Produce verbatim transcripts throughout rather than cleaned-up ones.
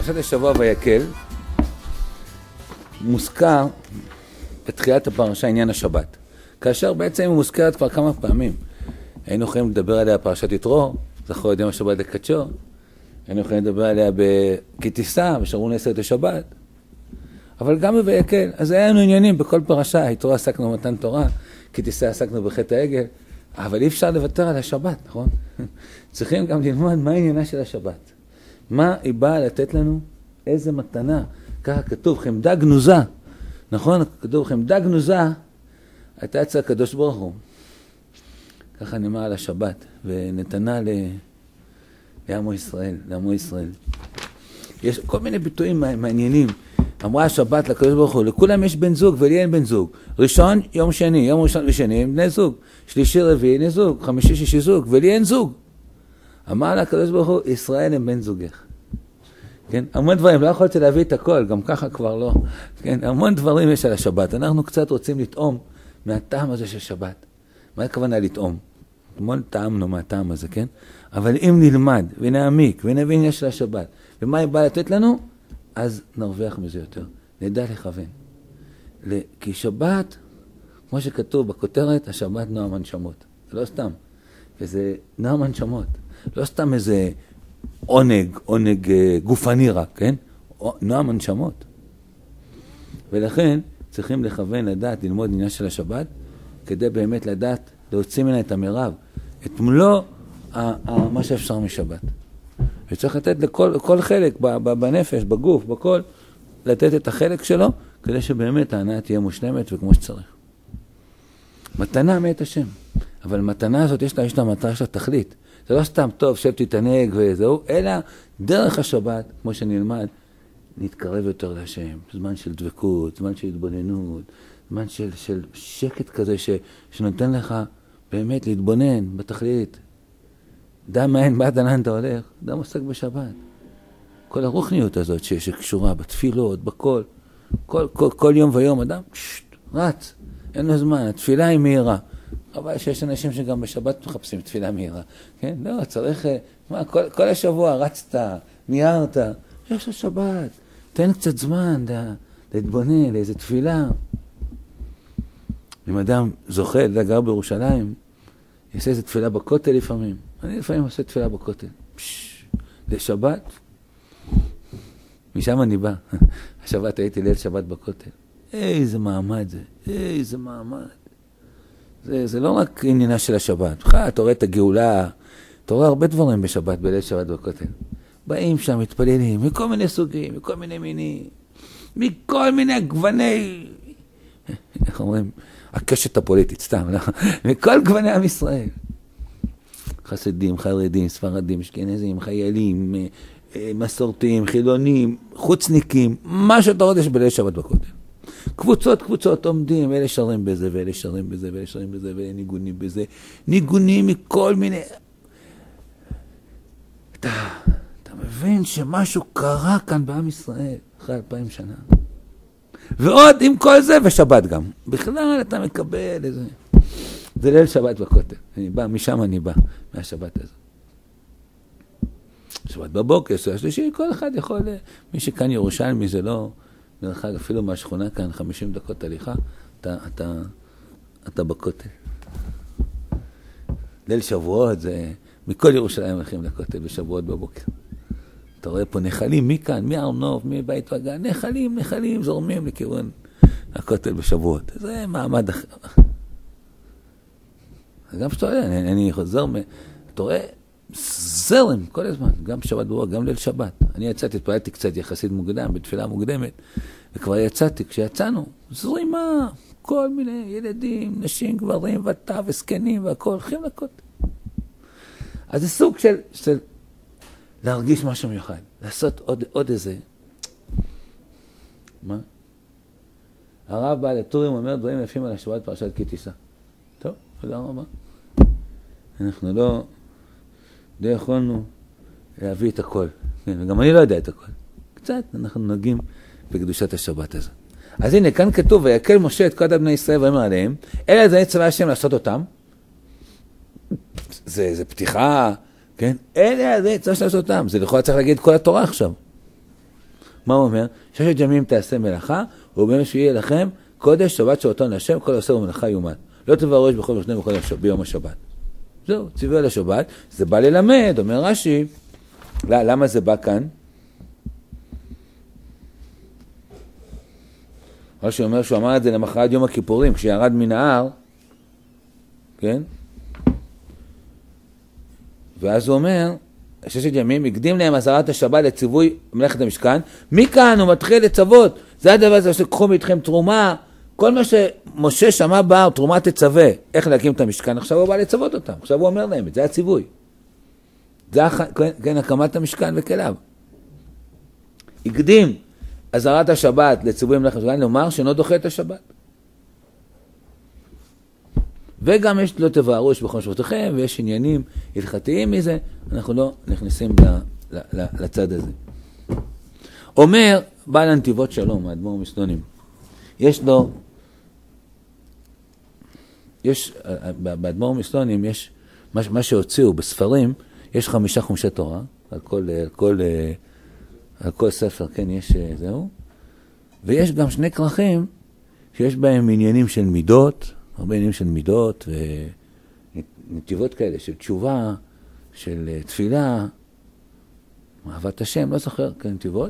פרשת השבוע ויקל מוזכר בתחילת הפרשה עניין השבת, כאשר בעצם היא מוזכרת כבר כמה פעמים. היינו יכולים לדבר עליה פרשת יתרו, זכור את יום השבת לקדשו, היינו יכולים לדבר עליה כי תישא ושמרו נעשה את השבת, אבל גם בויקל, אז היה לנו עניינים בכל פרשה. יתרו עסקנו במתן תורה, כי תישא עסקנו בחטא העגל, אבל אי אפשר לוותר על השבת, נכון? צריכים גם ללמוד מה העניינה של השבת, מה היא באה לתת לנו, איזה מתנה. ככה כתוב, חמדה גנוזה, נכון? כתוב, חמדה גנוזה הייתה אצל הקדוש ברוך הוא. ככה נאמר על השבת, ונתנה ל... לעמו ישראל, לעמו ישראל. יש כל מיני ביטויים מעניינים. אמרה השבת לקדוש ברוך הוא, לכולם יש בן זוג ולי אין בן זוג. ראשון, יום שני, יום ראשון ושני הם בני זוג. שלישי רביעי בני זוג, חמישי שישי זוג, ולי אין זוג. אמר לקדוש ברוך הוא, ישראל הם בן זוגך. כן? המון דברים, לא יכולתי להביא את הכל, גם ככה כבר לא. כן? המון דברים יש על השבת. אנחנו קצת רוצים לטעום מהטעם הזה של שבת. מה הכוונה לטעום? המון טעמנו מהטעם הזה, כן? אבל אם נלמד ונעמיק ונבין יש של השבת, ומה היא באה לתת לנו, אז נרוויח מזה יותר. נדע לכוון. כי שבת, כמו שכתוב בכותרת, השבת נועם הנשמות. זה לא סתם. וזה נועם הנשמות. לא סתם איזה עונג, עונג גופני רק, כן? נועם הנשמות. ולכן צריכים לכוון, לדעת, ללמוד עניין של השבת, כדי באמת לדעת, להוציא ממנה את המרב, את מלוא מה שאפשר משבת. וצריך לתת לכל, לכל חלק, בנפש, בגוף, בכל, לתת את החלק שלו, כדי שבאמת ההנאה תהיה מושלמת וכמו שצריך. מתנה מאת השם. אבל מתנה הזאת יש לה, יש לה מטרה של התכלית. זה לא סתם טוב, שב תתענג וזהו, אלא דרך השבת, כמו שנלמד, נתקרב יותר להשם. זמן של דבקות, זמן של התבוננות, זמן של, של שקט כזה ש, שנותן לך באמת להתבונן בתכלית. דע מאין באת לאן אתה הולך, אדם עוסק בשבת. כל הרוחניות הזאת ש, שקשורה בתפילות, בכל, כל, כל, כל יום ויום אדם שט, רץ, אין לו זמן, התפילה היא מהירה. אבל שיש אנשים שגם בשבת מחפשים תפילה מהירה. כן? לא, צריך, מה, כל, כל השבוע רצת, מיירת, יש השבת, תן קצת זמן, דה, להתבונן, לאיזו תפילה. אם אדם זוכה, דה גר בירושלים, יעשה איזו תפילה בכותל לפעמים. אני לפעמים עושה תפילה בכותל. פשש, לשבת, משם אני בא. השבת הייתי ליל שבת בכותל. איזה מעמד זה, איזה מעמד. זה, זה לא רק עניינה של השבת. אתה רואה את הגאולה, אתה רואה הרבה דברים בשבת, בליל שבת בכותל. באים שם, מתפללים, מכל מיני סוגים, מכל מיני מינים, מכל מיני גווני, איך אומרים, הקשת הפוליטית, סתם, לא? מכל גווני עם ישראל. חסידים, חרדים, ספרדים, אשכנזים, חיילים, מסורתיים, חילונים, חוצניקים, מה שאתה רואה יש בליל שבת בכותל. קבוצות, קבוצות עומדים, אלה שרים בזה, ואלה שרים בזה, ואלה שרים בזה, ואלה ניגונים בזה. ניגונים מכל מיני... אתה, אתה מבין שמשהו קרה כאן בעם ישראל אחרי אלפיים שנה. ועוד עם כל זה, ושבת גם. בכלל אתה מקבל איזה... זה ליל שבת בכותל. אני בא, משם אני בא, מהשבת הזאת. שבת בבוקר, שבת שלישי, כל אחד יכול... מי שכאן ירושלמי זה לא... דרך אגב, אפילו מהשכונה כאן, חמישים דקות הליכה, אתה, אתה, אתה בכותל. ליל שבועות, זה, מכל ירושלים הולכים לכותל בשבועות בבוקר. אתה רואה פה נחלים, מי כאן, מי ארנוב, מי בית וגן, נחלים, נחלים, זורמים לכיוון הכותל בשבועות. זה מעמד אחר. גם שאתה רואה, אני, אני חוזר, אתה רואה, זרם כל הזמן, גם שבת בבוקר, גם ליל שבת. אני יצאתי, התפעלתי קצת יחסית מוקדם, בתפילה מוקדמת, וכבר יצאתי, כשיצאנו, זרימה, כל מיני ילדים, נשים, גברים, וטה וסקנים, והכל, הולכים לכותל. אז זה סוג של, של להרגיש משהו מיוחד, לעשות עוד, עוד איזה, מה? הרב בעל הטורים אומר דברים יפים על השבת פרשת כי תישא. טוב, תודה רבה. אנחנו לא... לא יכולנו להביא את הכל. כן, וגם אני לא יודע את הכל. קצת אנחנו נוגעים בקדושת השבת הזאת. אז הנה, כאן כתוב, ויקל משה את כל בני ישראל ואומר עליהם, אלה זה צבא השם לעשות אותם. זה, זה פתיחה, כן? אלה זה צבא לעשות אותם. זה לכאורה צריך להגיד כל התורה עכשיו. מה הוא אומר? ששת ימים תעשה מלאכה, הוא אומר שיהיה לכם קודש שבת שבתון להשם, כל עושה במלאכה יומת. לא תבואו ראש בכל ושני בכל ביום השבת. זהו, ציווי על השבת, זה בא ללמד, אומר רש"י. למה זה בא כאן? רש"י אומר שהוא אמר את זה למחרת יום הכיפורים, כשירד מן ההר, כן? ואז הוא אומר, ששת ימים, הקדים להם עזרת השבת לציווי מלאכת המשכן, מכאן הוא מתחיל לצוות, זה הדבר הזה שקחו מאיתכם תרומה, כל מה שמשה שמע בהר, תרומה תצווה, איך להקים את המשכן, עכשיו הוא בא לצוות אותם, עכשיו הוא אומר להם, זה הציווי. זה כן, הקמת המשכן וכליו. הקדים עזרת השבת לציווי מלאכת המשכן, לומר שאינו דוחה את השבת. וגם יש לא תבערו יש בכל שבתכם, ויש עניינים הלכתיים מזה, אנחנו לא נכנסים ל, ל, ל, לצד הזה. אומר בעל הנתיבות שלום, האדמו"ר מסלונים, יש לו, יש, באדמו"ר מסלונים יש, מה, מה שהוציאו בספרים, יש חמישה חומשי תורה, על כל, על כל, על כל ספר, כן, יש זהו, ויש גם שני כרכים, שיש בהם עניינים של מידות, הרבה עניינים של מידות ונתיבות כאלה, של תשובה, של תפילה, אהבת השם, לא זוכר, כן, נתיבות.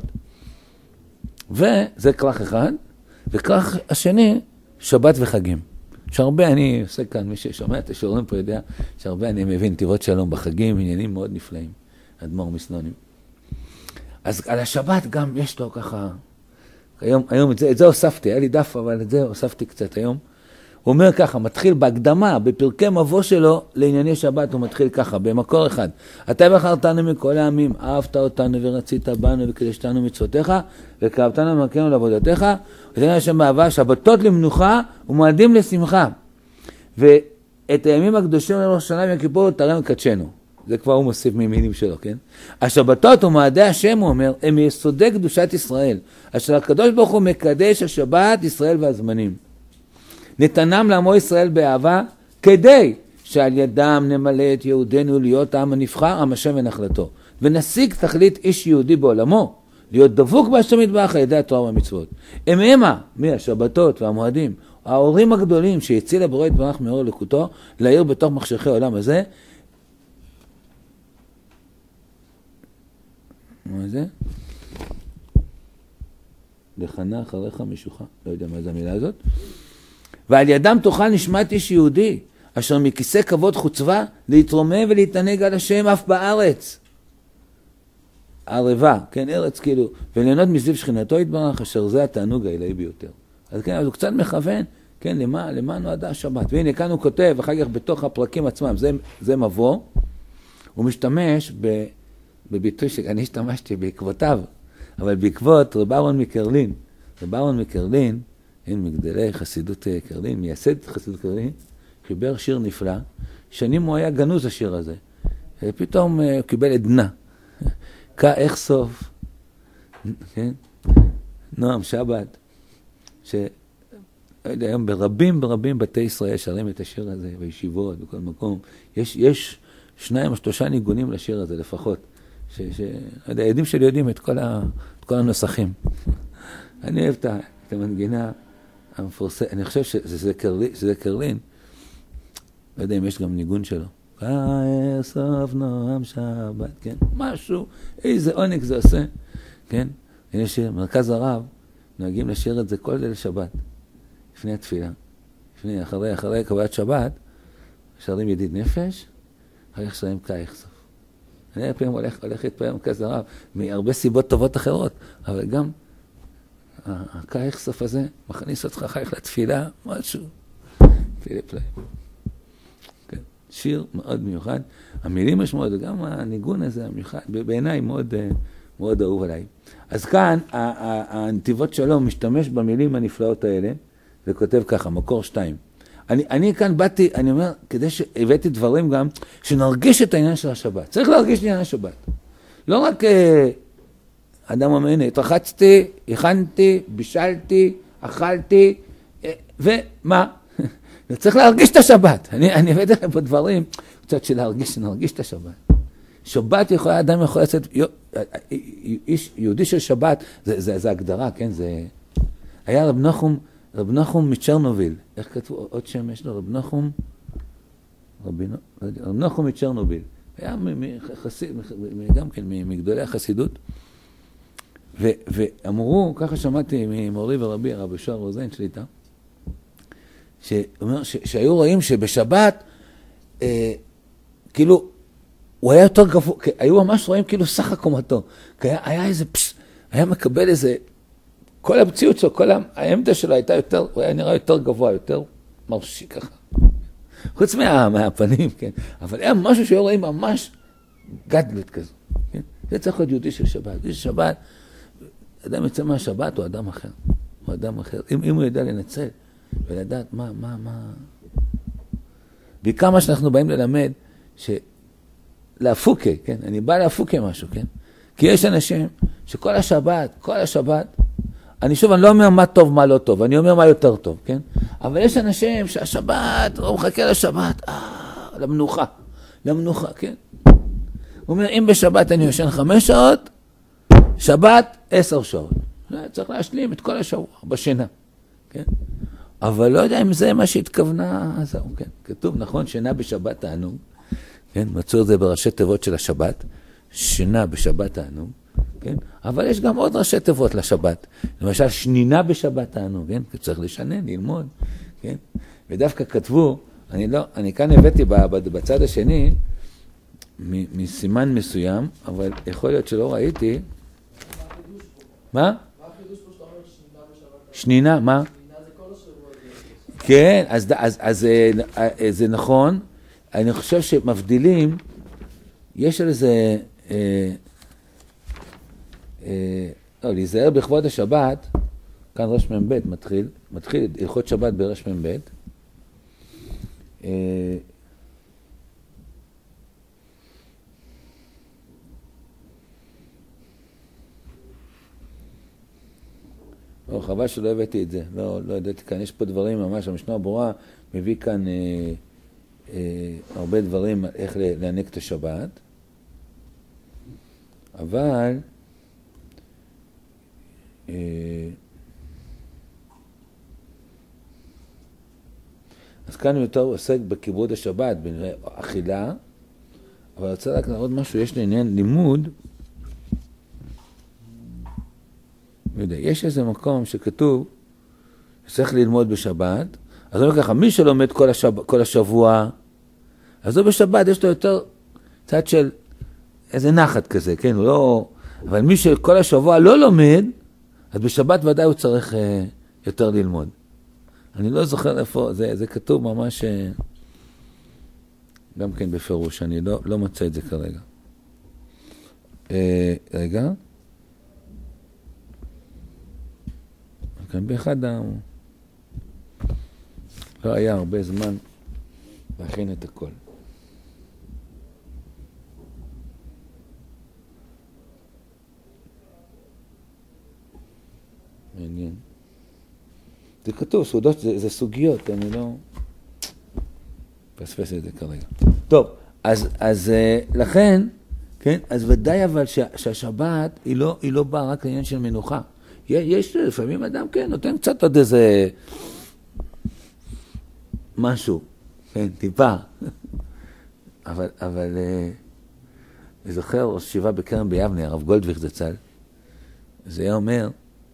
וזה כרך אחד, וכרך השני, שבת וחגים. שהרבה אני עושה כאן, מי ששומע את השיעורים פה יודע, שהרבה אני מבין נתיבות שלום בחגים, עניינים מאוד נפלאים, אדמו"ר מסלונים. אז על השבת גם יש לו ככה, היום, היום את זה, את זה הוספתי, היה לי דף, אבל את זה הוספתי קצת היום. הוא אומר ככה, מתחיל בהקדמה, בפרקי מבוא שלו לענייני שבת, הוא מתחיל ככה, במקור אחד. אתה בחרתנו מכל העמים, אהבת אותנו ורצית בנו וקדשתנו מצוותיך, וקרבתנו ממקמנו לעבודתך, ותן השם באהבה, שבתות למנוחה ומועדים לשמחה. ואת הימים הקדושים לראש השנה ויום כיפור תרם וקדשנו. זה כבר הוא מוסיף ממילים שלו, כן? השבתות ומועדי השם, הוא אומר, הם יסודי קדושת ישראל, אשר הקדוש ברוך הוא מקדש השבת ישראל והזמנים. נתנם לעמו ישראל באהבה, כדי שעל ידם נמלא את יהודנו להיות העם הנבחר, עם השם ונחלתו. ונשיג תכלית איש יהודי בעולמו, להיות דבוק בהשם יתברך על ידי התורה והמצוות. הם המה, מי השבתות והמועדים, ההורים הגדולים שהציל הבורא יתברך מאור לקותו, להעיר בתוך מחשכי העולם הזה. מה זה? לחנה אחריך משוחה, לא יודע מה זה המילה הזאת. ועל ידם תוכל נשמת איש יהודי, אשר מכיסא כבוד חוצבה, להתרומם ולהתענג על השם אף בארץ. ערבה, כן, ארץ כאילו, וליהנות מסביב שכינתו יתברך, אשר זה התענוג העילאי ביותר. אז כן, אז הוא קצת מכוון, כן, למה, למה נועדה השבת. והנה, כאן הוא כותב, אחר כך בתוך הפרקים עצמם, זה, זה מבוא, הוא משתמש ב, בביטוי שאני השתמשתי בעקבותיו, אבל בעקבות רב אהרון מקרלין. רב אהרון מקרלין, אין מגדלי חסידות קרלין, מייסד חסידות קרלין, חיבר שיר נפלא, שנים הוא היה גנוז השיר הזה, ופתאום הוא קיבל עדנה, כאיך סוף, כן? נועם שבת, ש... לא יודע, היום ברבים ברבים בתי ישראל שרים את השיר הזה, בישיבות, בכל מקום, יש, יש שניים או שלושה ניגונים לשיר הזה לפחות, ש... ש... לא יודע, הילדים שלי יודעים את כל, ה... את כל הנוסחים. אני אוהב את, ה... את המנגינה, המפורסם, אני חושב שזה קרלין, שזה קרלין, לא יודע אם יש גם ניגון שלו. סוף נועם שבת, כן? משהו, איזה עונג זה עושה, כן? הנה שיר, מרכז הרב, נוהגים לשיר את זה כל ליל שבת, לפני התפילה, לפני, אחרי, אחרי קבלת שבת, שרים ידיד נפש, אחרי שרים כאיך סוף. אני הרבה פעמים הולך, הולך להתפעל מרכז הרב, מהרבה סיבות טובות אחרות, אבל גם, הכאיך סוף הזה מכניס אותך חייך לתפילה, משהו. תפילה פלאי. כן. שיר מאוד מיוחד. המילים משמעות, וגם הניגון הזה המיוחד, בעיניי מאוד, מאוד אהוב עליי. אז כאן, הנתיבות שלו משתמש במילים הנפלאות האלה, וכותב ככה, מקור שתיים. אני, אני כאן באתי, אני אומר, כדי שהבאתי דברים גם, שנרגיש את העניין של השבת. צריך להרגיש את העניין השבת. לא רק... אדם אומר, הנה, התרחצתי, הכנתי, בישלתי, אכלתי, ומה? צריך להרגיש את השבת. אני, אני הבאתי לכם פה דברים, קצת של להרגיש, שנרגיש את השבת. שבת יכולה, אדם יכול לעשות איש יהודי של שבת, זה, זה, זה הגדרה, כן? זה... היה רב נחום, רב נחום מצ'רנוביל. איך כתבו? עוד שם יש לו? רב נחום... רבינו, רב נחום מצ'רנוביל. היה מחסיד, גם כן מגדולי החסידות. ו, ואמרו, ככה שמעתי ממורי ורבי, הרב ישוע רוזן שליטה, שאומר ש, שהיו רואים שבשבת, אה, כאילו, הוא היה יותר גבוה, היו ממש רואים כאילו סך הקומתו, כי היה, היה איזה פס, היה מקבל איזה, כל המציאות שלו, כל העמדה שלו הייתה יותר, הוא היה נראה יותר גבוה, יותר מרשי ככה. חוץ מה, מהפנים, כן. אבל היה משהו שהיו רואים ממש גדלות כזו, כן. זה צריך להיות יהודי של שבת. יהודי של שבת, אדם יוצא מהשבת הוא אדם אחר. הוא אדם אחר. אם, אם הוא יודע לנצל ולדעת מה, מה, מה... בעיקר מה שאנחנו באים ללמד, ש... להפוקה, כן? אני בא להפוקה משהו, כן? כי יש אנשים שכל השבת, כל השבת, אני שוב, אני לא אומר מה טוב, מה לא טוב, אני אומר מה יותר טוב, כן? אבל יש אנשים שהשבת, הוא מחכה לשבת, אה, למנוחה, למנוחה, כן? הוא אומר, אם בשבת אני יושן חמש שעות, שבת עשר שעות. צריך להשלים את כל השבוע, בשינה, כן? אבל לא יודע אם זה מה שהתכוונה, זהו, כן? כתוב, נכון, שינה בשבת תענוג, כן? מצאו את זה בראשי תיבות של השבת, שינה בשבת תענוג, כן? אבל יש גם עוד ראשי תיבות לשבת, למשל שנינה בשבת תענוג, כן? כי צריך לשנן, ללמוד, כן? ודווקא כתבו, אני לא, אני כאן הבאתי בצד השני, מסימן מסוים, אבל יכול להיות שלא ראיתי, מה? שנינה, מה? כן, אז, אז, אז, אז זה נכון, אני חושב שמבדילים, יש על זה, אה, אה, לא, להיזהר בכבוד השבת, כאן ראש מ"ב מתחיל, מתחיל הלכות שבת בראש מ"ב, אה, לא, חבל שלא הבאתי את זה, לא, לא ידעתי כאן, יש פה דברים ממש, המשנה ברורה מביא כאן אה, אה, הרבה דברים איך להעניק את השבת, אבל אה, אז כאן יותר עוסק בכיבוד השבת, באכילה, אבל אני רוצה רק להראות משהו, יש לעניין לימוד, יודע, יש איזה מקום שכתוב שצריך ללמוד בשבת, אז אני אומר ככה, מי שלומד כל, השב, כל השבוע, אז הוא בשבת יש לו יותר צד של איזה נחת כזה, כן? הוא לא... אבל מי שכל השבוע לא לומד, אז בשבת ודאי הוא צריך אה, יותר ללמוד. אני לא זוכר איפה, זה, זה כתוב ממש אה, גם כן בפירוש, אני לא, לא מצא את זה כרגע. אה, רגע. כאן באחד ה... לא היה הרבה זמן להכין את הכל. מעניין. זה כתוב, סעודות זה, זה סוגיות, אני לא... פספס את זה כרגע. טוב, אז, אז לכן, כן, אז ודאי אבל שה, שהשבת היא לא, היא לא באה רק לעניין של מנוחה. יש לפעמים אדם, כן, נותן קצת עוד איזה משהו, כן, טיפה. אבל, אבל, אני זוכר, ראש ישיבה בכרם ביבנה, הרב גולדוויך זצ"ל, זה היה אומר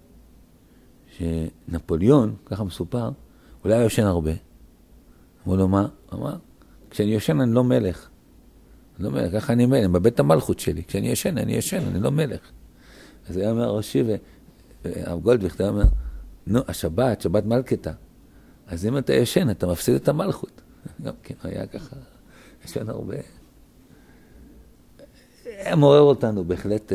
שנפוליאון, ככה מסופר, אולי היה יושן הרבה. אמרו לו, מה? אמר, כשאני יושן אני לא מלך. אני לא מלך, ככה אני מלך, אני בבית המלכות שלי. כשאני יושן, אני יושן, אני לא מלך. אז היה אומר ראשי ו... הרב גולדוויך, אתה אומר, נו, השבת, שבת מלכתה. אז אם אתה ישן, אתה מפסיד את המלכות. גם כן, היה ככה, ישן הרבה. היה מעורר אותנו, בהחלט...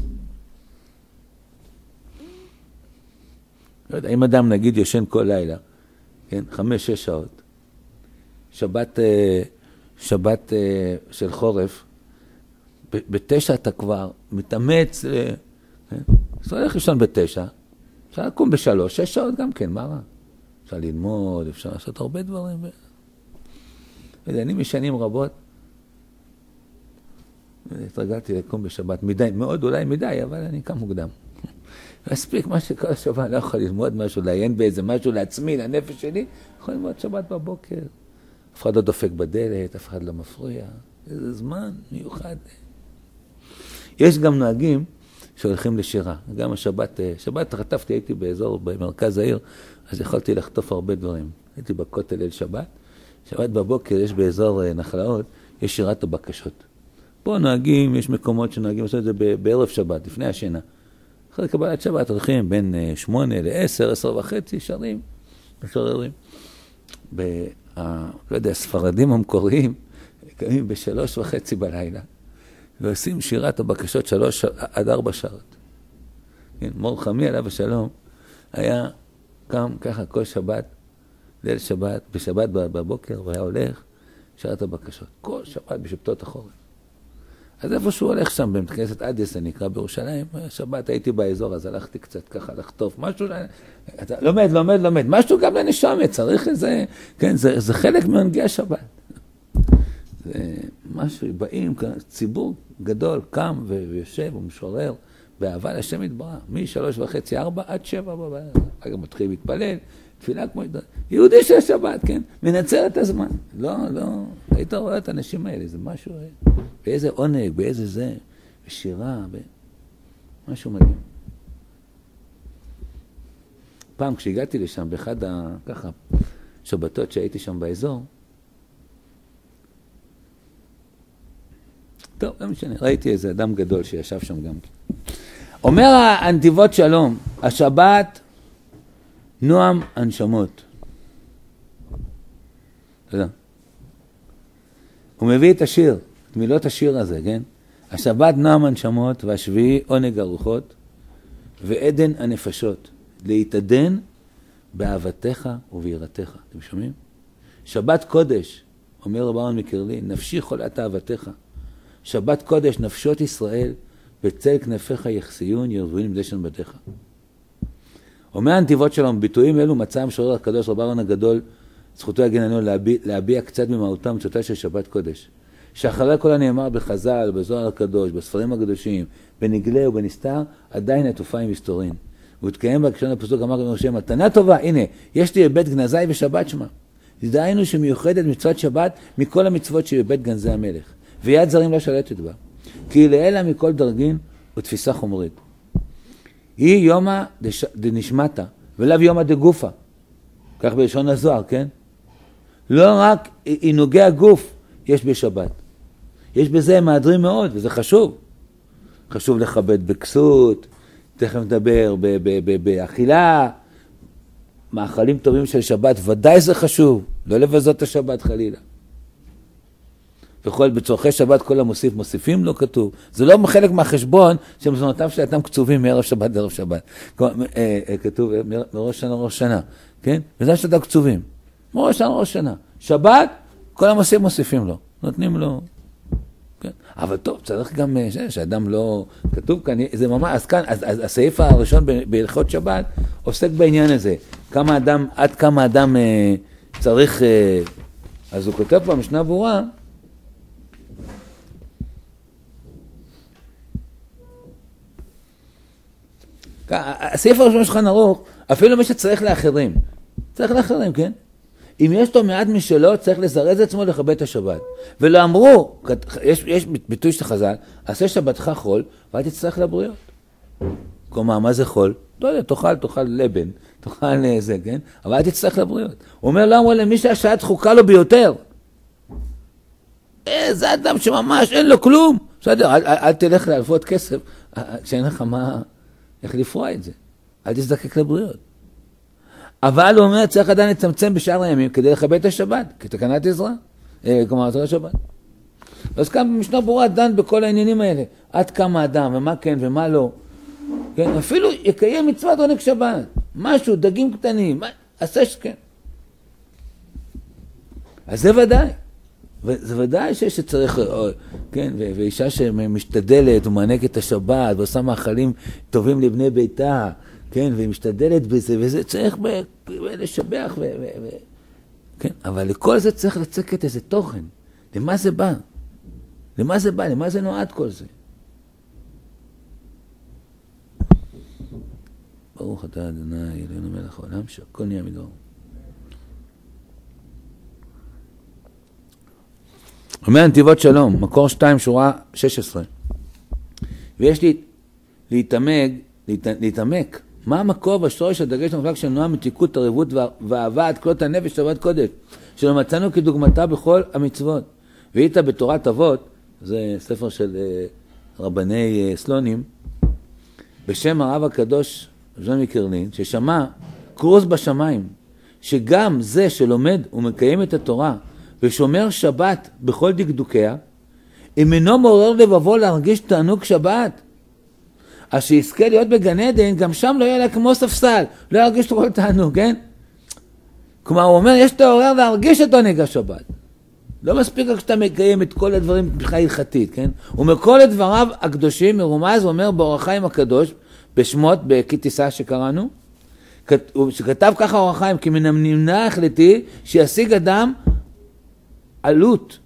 לא יודע, אם אדם נגיד ישן כל לילה, כן, חמש, שש שעות, שבת, שבת של חורף, בתשע אתה כבר מתאמץ, כן? אז הולך לישון בתשע, אפשר לקום בשלוש, שש שעות גם כן, מה רע? אפשר ללמוד, אפשר לעשות הרבה דברים. וזה, אני משנים רבות, התרגלתי לקום בשבת מדי, מאוד אולי מדי, אבל אני קם מוקדם. מספיק מה שכל השבת, לא יכול ללמוד משהו, לעיין באיזה משהו לעצמי, לנפש שלי, יכול ללמוד שבת בבוקר. אף אחד לא דופק בדלת, אף אחד לא מפריע. איזה זמן מיוחד. יש גם נוהגים שהולכים לשירה. גם השבת, שבת חטפתי, הייתי באזור, במרכז העיר, אז יכולתי לחטוף הרבה דברים. הייתי בכותל ליל שבת. שבת בבוקר יש באזור נחלאות, יש שירת הבקשות. פה נוהגים, יש מקומות שנוהגים לעשות את זה בערב שבת, לפני השינה. אחרי קבלת שבת הולכים בין שמונה לעשר, עשר וחצי, שרים, משוררים. ב... לא יודע, הספרדים המקוריים, קמים בשלוש וחצי בלילה, ועושים שירת הבקשות שלוש עד ארבע שעות. כן, מור חמי עליו השלום, היה קם ככה כל שבת, ליל שבת, בשבת בבוקר, והיה הולך, שירת הבקשות. כל שבת בשבתות החורף. אז איפה שהוא הולך שם, בבית כנסת אדיס, זה נקרא בירושלים, שבת הייתי באזור, אז הלכתי קצת ככה לחטוף, משהו, אתה לומד, לומד, לומד, משהו גם לנשמת, צריך איזה, כן, זה, זה חלק מהנגיע שבת. זה משהו, באים, ציבור גדול, קם ויושב ומשורר, באהבה לשם יתברך, משלוש וחצי, ארבע, עד שבע בבית, אחר כך מתחיל להתפלל, תפילה כמו יהודי של שבת, כן, מנצר את הזמן. לא, לא, היית רואה את האנשים האלה, זה משהו, באיזה עונג, באיזה זה, בשירה, משהו מדהים. פעם כשהגעתי לשם, באחד ה... ככה, שבתות שהייתי שם באזור, טוב, לא משנה, ראיתי איזה אדם גדול שישב שם גם. אומר הנתיבות שלום, השבת נועם הנשמות. תודה. הוא מביא את השיר, את מילות השיר הזה, כן? השבת נועם הנשמות והשביעי עונג הרוחות ועדן הנפשות, להתעדן באהבתך וביראתך. אתם שומעים? שבת קודש, אומר רב אהרון מקרלין, נפשי חולת אהבתך. שבת קודש, נפשות ישראל, בצל כנפיך יחסיון ירבוין בדשן בדיך. אומר הנתיבות שלום, ביטויים אלו מצא המשורר הקדוש רב אהרון הגדול, זכותו יגן עלינו להביע, להביע קצת ממהותם מצותה של שבת קודש. שאחרי כל הנאמר בחז"ל, בזוהר הקדוש, בספרים הקדושים, בנגלה ובנסתר, עדיין עטופה עם מסתורין. והתקיים בהקשון הפסוק אמר רבי משה, מתנה טובה, הנה, יש לי בבית גנזי ושבת שמה. דהיינו שמיוחדת מצוות שבת מכל המצוות שבבית גנזי המלך. ויד זרים לא שלטת בה. כי לאלה מכל דרגין ותפיסה חומרית. היא יומא דנשמתה, ולאו יומא דגופה. כך בלשון הזוהר, כן? לא רק עינוגי הגוף יש בשבת. יש בזה מהדרים מאוד, וזה חשוב. חשוב לכבד בכסות, תכף נדבר באכילה, מאכלים טובים של שבת, ודאי זה חשוב, לא לבזות את השבת חלילה. וכל בצורכי שבת כל המוסיף מוסיפים לא כתוב. זה לא חלק מהחשבון שמזונותיו של אדם קצובים מערב שבת לערב שבת. כתוב מראש שנה ראש שנה, כן? וזה שאדם קצובים. מראש שנה ראש שנה. שבת, כל המוסיף מוסיפים לו. נותנים לו. כן? אבל טוב, צריך גם שאדם לא... כתוב כאן, זה ממש, אז כאן, אז, אז הסעיף הראשון בהלכות שבת עוסק בעניין הזה. כמה אדם, עד כמה אדם אה, צריך... אה, אז הוא כותב פה משנה ברורה, הסעיף הראשון שלך נרוך, אפילו מי שצריך לאחרים. צריך לאחרים, כן? אם יש לו מעט משלו, צריך לזרז עצמו לכבד את השבת. ולא אמרו, יש, יש ביטוי של חז"ל, עשה שבתך חול, ואל תצטרך לבריות. כלומר, מה זה חול? לא יודע, תאכל, תאכל לבן, תאכל זה, כן? אבל אל תצטרך לבריות. הוא אומר, לא אמרו למי שהשעה דחוקה לו ביותר. אה, זה אדם שממש אין לו כלום. בסדר, אל, אל, אל תלך להלפות כסף, שאין לך מה... איך לפרוע את זה? אל תזדקק לבריאות. אבל הוא אומר, צריך עדיין לצמצם בשאר הימים כדי לכבד את השבת, כתקנת עזרא, אה, כלומר, עזרא שבת. אז כאן במשנה ברורה דן בכל העניינים האלה, עד כמה אדם ומה כן ומה לא. כן? אפילו יקיים מצוות עונג שבת, משהו, דגים קטנים, מה, עשה שכן. אז זה ודאי. וזה ודאי שצריך, כן, ואישה שמשתדלת ומענקת את השבת ועושה מאכלים טובים לבני ביתה, כן, והיא משתדלת בזה, וזה צריך לשבח, ו, ו, ו, כן, אבל לכל זה צריך לצקת איזה תוכן. למה זה בא? למה זה בא? למה זה נועד כל זה? ברוך אתה אדוני אלוהינו מלך העולם שהכל נהיה מדברו. אומר נתיבות שלום, מקור שתיים, שורה שש עשרה. ויש לי להתעמק, להתעמק. מה המקור בשורש הדגש המפלג של נועם, מתיקות, ערבות ואהבה עד כלות הנפש ועד קודש, שלא מצאנו כדוגמתה בכל המצוות. והיית בתורת אבות, זה ספר של רבני סלונים, בשם הרב הקדוש ז'ון מקרלין, ששמע קורס בשמיים, שגם זה שלומד ומקיים את התורה ושומר שבת בכל דקדוקיה, אם אינו מעורר לבבו להרגיש תענוג שבת, אז שיזכה להיות בגן עדן, גם שם לא יהיה לה כמו ספסל, לא ירגיש את כל תענוג, כן? כלומר, הוא אומר, יש לעורר להרגיש את עונג השבת. לא מספיק רק שאתה מקיים את כל הדברים מבחינה הלכתית, כן? הוא אומר, כל הדבריו הקדושים מרומז, הוא אומר, באור החיים הקדוש, בשמות, בקיטיסה שקראנו, שכתב ככה אור החיים, כי מן הנמנע החלטי, שישיג אדם עלות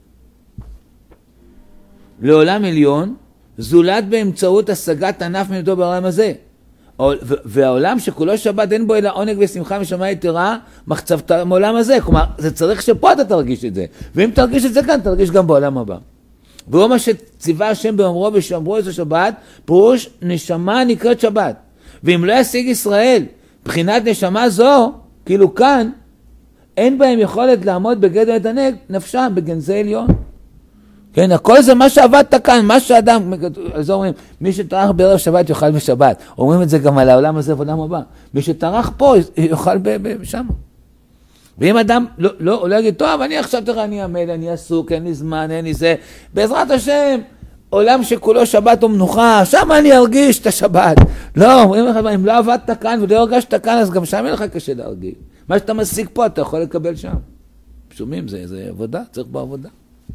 לעולם עליון, זולת באמצעות השגת ענף מנתו בעולם הזה. והעולם שכולו שבת אין בו אלא עונג ושמחה ושמחה יתרה, מחצבת מעולם הזה. כלומר, זה צריך שפה אתה תרגיש את זה. ואם תרגיש את זה כאן, תרגיש גם בעולם הבא. והוא מה שציווה השם באומרו ושמרו את השבת, פירוש נשמה נקראת שבת. ואם לא ישיג ישראל בחינת נשמה זו, כאילו כאן, אין בהם יכולת לעמוד בגדר התענג, נפשם בגנזי עליון. כן, הכל זה מה שעבדת כאן, מה שאדם, אז אומרים, מי שטרח בערב שבת יאכל בשבת. אומרים את זה גם על העולם הזה ועולם הבא. מי שטרח פה יאכל שם. ואם אדם לא, לא, לא יגיד, טוב, אני עכשיו תראה, אני עמד, אני עסוק, אין לי זמן, אין לי זה. בעזרת השם, עולם שכולו שבת ומנוחה, שם אני ארגיש את השבת. לא, אומרים לך, אם לא עבדת כאן ולא הרגשת כאן, אז גם שם אין לך קשה להרגיש. מה שאתה משיג פה, אתה יכול לקבל שם. שומעים, זה, זה עבודה, צריך בעבודה.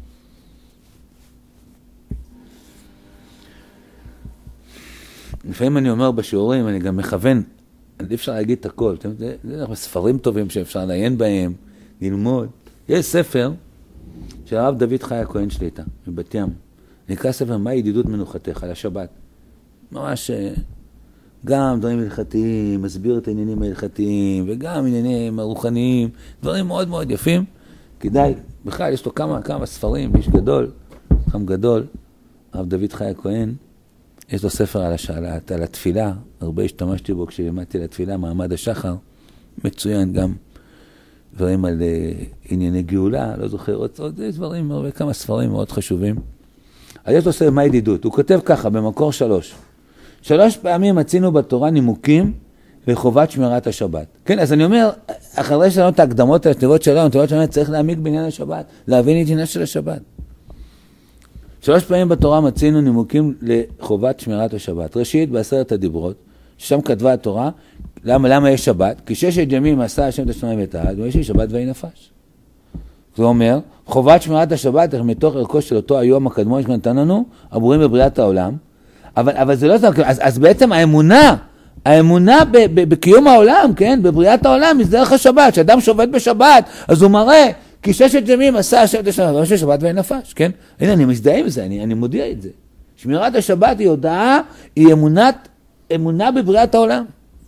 לפעמים אני אומר בשיעורים, אני גם מכוון, אי אפשר להגיד את הכל, זה, זה ספרים טובים שאפשר לעיין בהם, ללמוד. יש ספר של הרב דוד חי הכהן שליטה, מבת ים. נקרא ספר מה ידידות מנוחתך על השבת. ממש גם דברים הלכתיים, מסביר את העניינים ההלכתיים, וגם עניינים הרוחניים, דברים מאוד מאוד יפים. כדאי, בכלל יש לו כמה, כמה ספרים, איש גדול, חם גדול, הרב דוד חי הכהן. יש לו ספר על, השאלת, על התפילה, הרבה השתמשתי בו כשלימדתי לתפילה, מעמד השחר, מצוין גם דברים על uh, ענייני גאולה, לא זוכר עוד, עוד דברים, הרבה כמה ספרים מאוד חשובים. אז יש לו ספר מה ידידות, הוא כותב ככה במקור שלוש. שלוש פעמים מצינו בתורה נימוקים לחובת שמירת השבת. כן, אז אני אומר, אחרי שלנו את ההקדמות על התיבות שלנו, התיבות שלנו צריך להעמיק בעניין השבת, להבין את עניין של השבת. שלוש פעמים בתורה מצינו נימוקים לחובת שמירת השבת. ראשית, בעשרת הדיברות, ששם כתבה התורה, למה, למה יש שבת? כי ששת ימים עשה השם את השמיים ואת הארץ, ויש לי שבת ויהי נפש. זה אומר, חובת שמירת השבת, מתוך ערכו של אותו היום הקדמון שנתן לנו, עבורים בבריאת העולם, אבל, אבל זה לא זה, אז, אז בעצם האמונה, האמונה ב, ב, בקיום העולם, כן, בבריאת העולם, זה דרך השבת, שאדם שובת בשבת, אז הוא מראה, כי ששת ימים עשה השם את השמיים, ויש לי שבת ויהי נפש, כן? הנה, אני מזדהה עם זה, אני, אני מודיע את זה. שמירת השבת היא הודעה, היא אמונת, אמונה בבריאת העולם.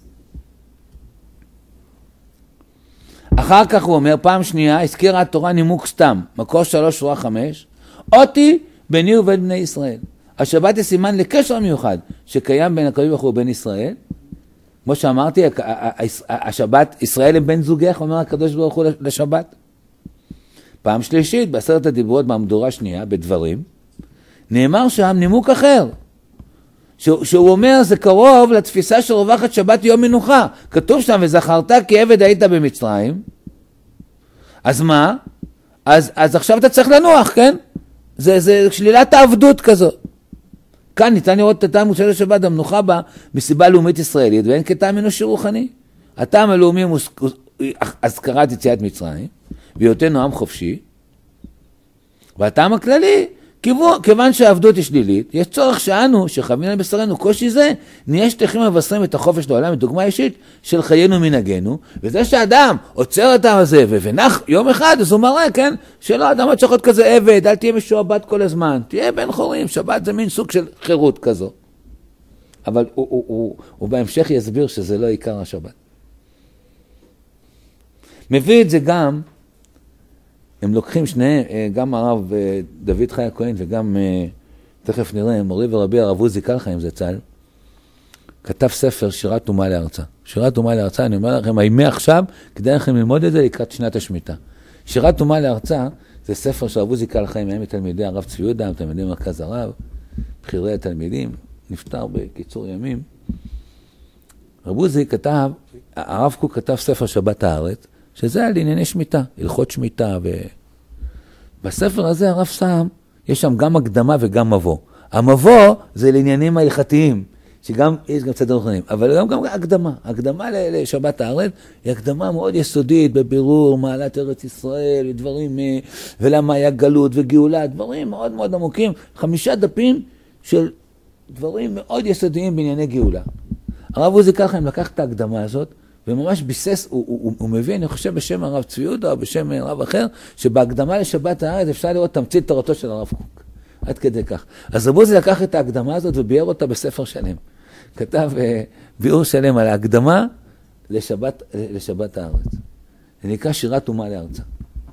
אחר כך הוא אומר, פעם שנייה, הזכירה התורה נימוק סתם, מקור שלוש, שורה חמש, אותי ביני ובין בני ישראל. השבת היא סימן לקשר מיוחד, שקיים בין הקדוש ברוך הוא ובין ישראל. כמו שאמרתי, השבת, ישראל הם בן זוגך, אומר הקדוש ברוך הוא לשבת. פעם שלישית, בעשרת הדיברות במדורה שנייה, בדברים, נאמר שם נימוק אחר, שהוא, שהוא אומר, זה קרוב לתפיסה שרווחת שבת יום מנוחה. כתוב שם, וזכרת כי עבד היית במצרים. אז מה? אז, אז עכשיו אתה צריך לנוח, כן? זה, זה שלילת העבדות כזאת. כאן ניתן לראות את הטעם של השבת המנוחה בה, מסיבה לאומית ישראלית, ואין כטעם אנושי רוחני. הטעם הלאומי הוא הזכרת יציאת מצרים, והיותנו עם חופשי, והטעם הכללי, כיוון שהעבדות היא שלילית, יש צורך שאנו, שחווינו על בשרנו קושי זה, נהיה שטחים מבשרים את החופש לעולם, בדוגמה אישית של חיינו מנהגנו, וזה שאדם עוצר את הזה ונח יום אחד, אז הוא מראה, כן, שלא, אדם צריך להיות כזה עבד, אל תהיה משועבד כל הזמן, תהיה בן חורים, שבת זה מין סוג של חירות כזו. אבל הוא, הוא, הוא, הוא בהמשך יסביר שזה לא עיקר השבת. מביא את זה גם, הם לוקחים שניהם, גם הרב דוד חי הכהן וגם, תכף נראה, מורי ורבי הרב עוזי קלחיים זצ"ל, כתב ספר שירת אומה לארצה. שירת אומה לארצה, אני אומר לכם, הימי עכשיו, כדאי לכם ללמוד את זה לקראת שנת השמיטה. שירת אומה לארצה, זה ספר של הרב עוזי קלחיים, הם מתלמידי הרב צבי יהודה, תלמידי מרכז הרב, בחירי התלמידים, נפטר בקיצור ימים. הרב עוזי כתב, הרב קוק כתב ספר שבת הארץ, שזה על ענייני שמיטה, הלכות שמיטה, ובספר הזה הרב שם, יש שם גם הקדמה וגם מבוא. המבוא זה לעניינים ההלכתיים, שגם, יש גם סדר רוחניים, אבל גם, גם הקדמה. הקדמה לשבת הארץ היא הקדמה מאוד יסודית, בבירור, מעלת ארץ ישראל, ודברים, ולמה היה גלות וגאולה, דברים מאוד מאוד עמוקים, חמישה דפים של דברים מאוד יסודיים בענייני גאולה. הרב עוזי כלחיים לקח את ההקדמה הזאת, וממש ביסס, הוא, הוא, הוא מביא, אני חושב בשם הרב צבי יהודה או בשם רב אחר, שבהקדמה לשבת הארץ אפשר לראות תמצית תורתו של הרב קוק. עד כדי כך. אז רב עוזי לקח את ההקדמה הזאת וביאר אותה בספר שלם. כתב ביאור שלם על ההקדמה לשבת, לשבת הארץ. זה נקרא שירת אומה לארצה.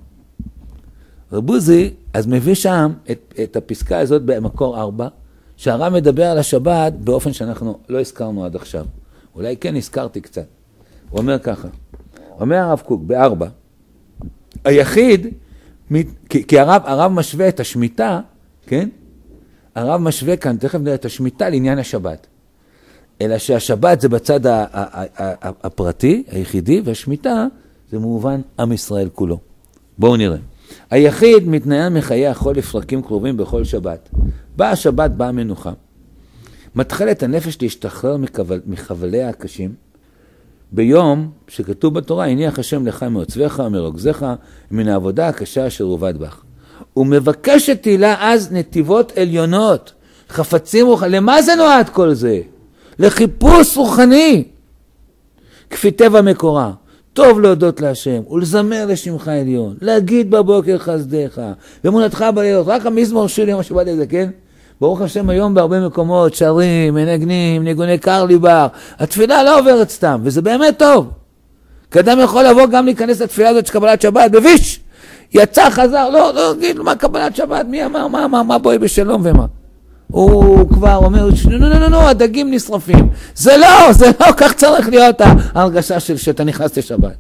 רב עוזי אז מביא שם את, את הפסקה הזאת במקור ארבע, שהרב מדבר על השבת באופן שאנחנו לא הזכרנו עד עכשיו. אולי כן הזכרתי קצת. הוא אומר ככה, אומר הרב קוק בארבע, היחיד, כי, כי הרב, הרב משווה את השמיטה, כן? הרב משווה כאן, תכף נראה את השמיטה לעניין השבת. אלא שהשבת זה בצד ה, ה, ה, ה, הפרטי, היחידי, והשמיטה זה מובן עם ישראל כולו. בואו נראה. היחיד מתנהל מחיי החול לפרקים קרובים בכל שבת. באה השבת, באה מנוחה. מתחלת הנפש להשתחרר מחבליה הקשים, ביום שכתוב בתורה, הניח השם לך מעוצבך ומרוגזך מן העבודה הקשה אשר עובד בך. ומבקשת תהילה אז נתיבות עליונות, חפצים רוחניים. למה זה נועד כל זה? לחיפוש רוחני. כפי טבע מקורה. טוב להודות להשם ולזמר לשמך עליון, להגיד בבוקר חסדיך ומונתך בלילות. רק המזמור שלי, מה שבא לזה, כן? ברוך השם היום בהרבה מקומות, שרים, מנגנים, ניגוני קרליבר, התפילה לא עוברת סתם, וזה באמת טוב. כי אדם יכול לבוא גם להיכנס לתפילה הזאת של קבלת שבת, בביש, יצא, חזר, לא, לא, גיד, מה קבלת שבת, מי אמר, מה, מה, מה בואי בשלום ומה? הוא כבר אומר, לא, לא, לא, לא, הדגים נשרפים. זה לא, זה לא, כך צריך להיות ההרגשה של שאתה נכנס לשבת.